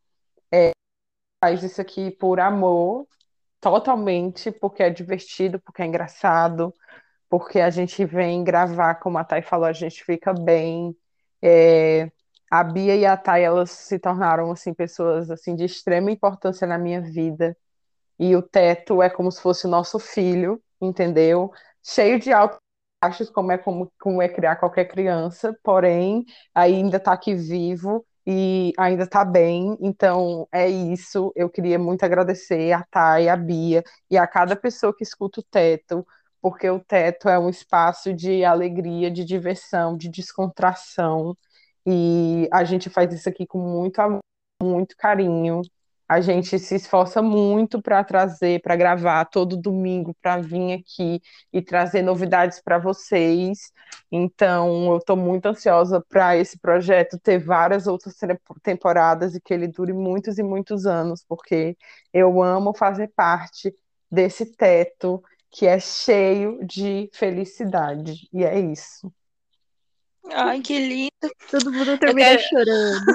Faz isso aqui por amor, totalmente, porque é divertido, porque é engraçado, porque a gente vem gravar, como a Thay falou, a gente fica bem. É, a Bia e a Thay, elas se tornaram assim pessoas assim de extrema importância na minha vida. E o Teto é como se fosse o nosso filho, entendeu? Cheio de altos e baixos, como é criar qualquer criança, porém ainda está aqui vivo e ainda está bem. Então é isso. Eu queria muito agradecer a Thay, a Bia e a cada pessoa que escuta o Teto, porque o Teto é um espaço de alegria, de diversão, de descontração. E a gente faz isso aqui com muito amor, muito carinho. A gente se esforça muito para trazer, para gravar todo domingo, para vir aqui e trazer novidades para vocês. Então, eu estou muito ansiosa para esse projeto ter várias outras temporadas e que ele dure muitos e muitos anos, porque eu amo fazer parte desse teto que é cheio de felicidade. E é isso. Ai, que lindo. Todo mundo Eu termina quero. chorando.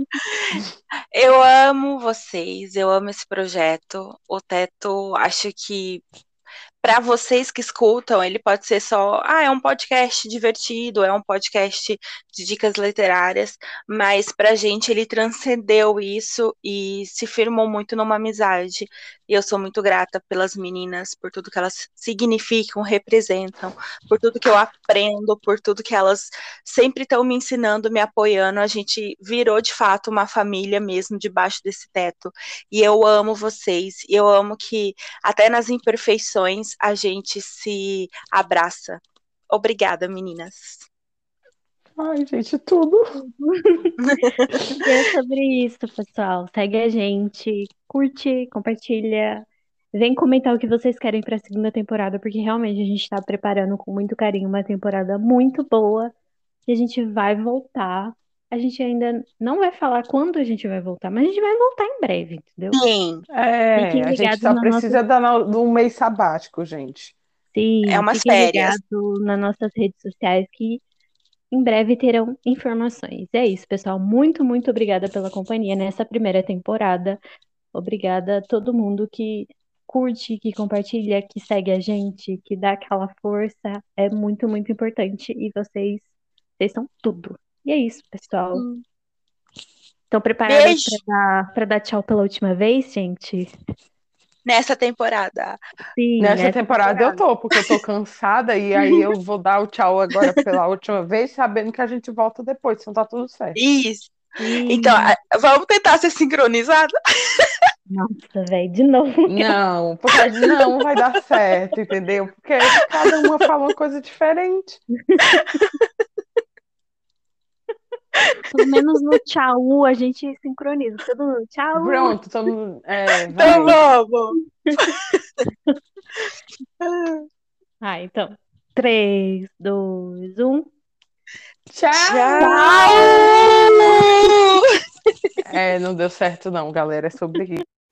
Eu amo vocês, eu amo esse projeto. O Teto, acho que para vocês que escutam, ele pode ser só, é um podcast divertido, é um podcast de dicas literárias, mas pra gente ele transcendeu isso e se firmou muito numa amizade. E eu sou muito grata pelas meninas, por tudo que elas significam, representam, por tudo que eu aprendo, por tudo que elas sempre estão me ensinando, me apoiando. A gente virou de fato uma família mesmo debaixo desse teto. E eu amo vocês, e eu amo que até nas imperfeições a gente se abraça. Obrigada, meninas. Ai, gente, tudo. E é sobre isso, pessoal. Segue a gente, curte, compartilha. Vem comentar o que vocês querem para a segunda temporada, porque realmente a gente está preparando com muito carinho uma temporada muito boa e a gente vai voltar. A gente ainda não vai falar quando a gente vai voltar, mas a gente vai voltar em breve, entendeu? Sim, É, Fiquem a gente ligados só nas nossas, precisa de um mês sabático, gente. é sim, umas fiquem férias. ligados nas nossas redes sociais que em breve terão informações. É isso, pessoal. Muito, muito obrigada pela companhia nessa primeira temporada. Obrigada a todo mundo que curte, que compartilha, que segue a gente, que dá aquela força. É muito, muito importante. E vocês são tudo. E é isso, pessoal. Estão preparadas Beijo para dar tchau pela última vez, gente? nessa temporada. Sim, Nessa nessa temporada eu temporada. tô, porque eu tô cansada e aí eu vou dar o tchau agora pela última vez, sabendo que a gente volta depois, então tá tudo certo. Isso. Então, Sim. vamos tentar ser sincronizados? Nossa, velho, de novo. Não, porque não vai dar certo, entendeu? Porque cada uma fala uma coisa diferente. Pelo menos no tchau a gente sincroniza. Todo mundo, tchau. Pronto, Então vai. vamos. Então. 3, 2, 1. Tchau! Tchau! É, não deu certo não, galera, é sobre isso.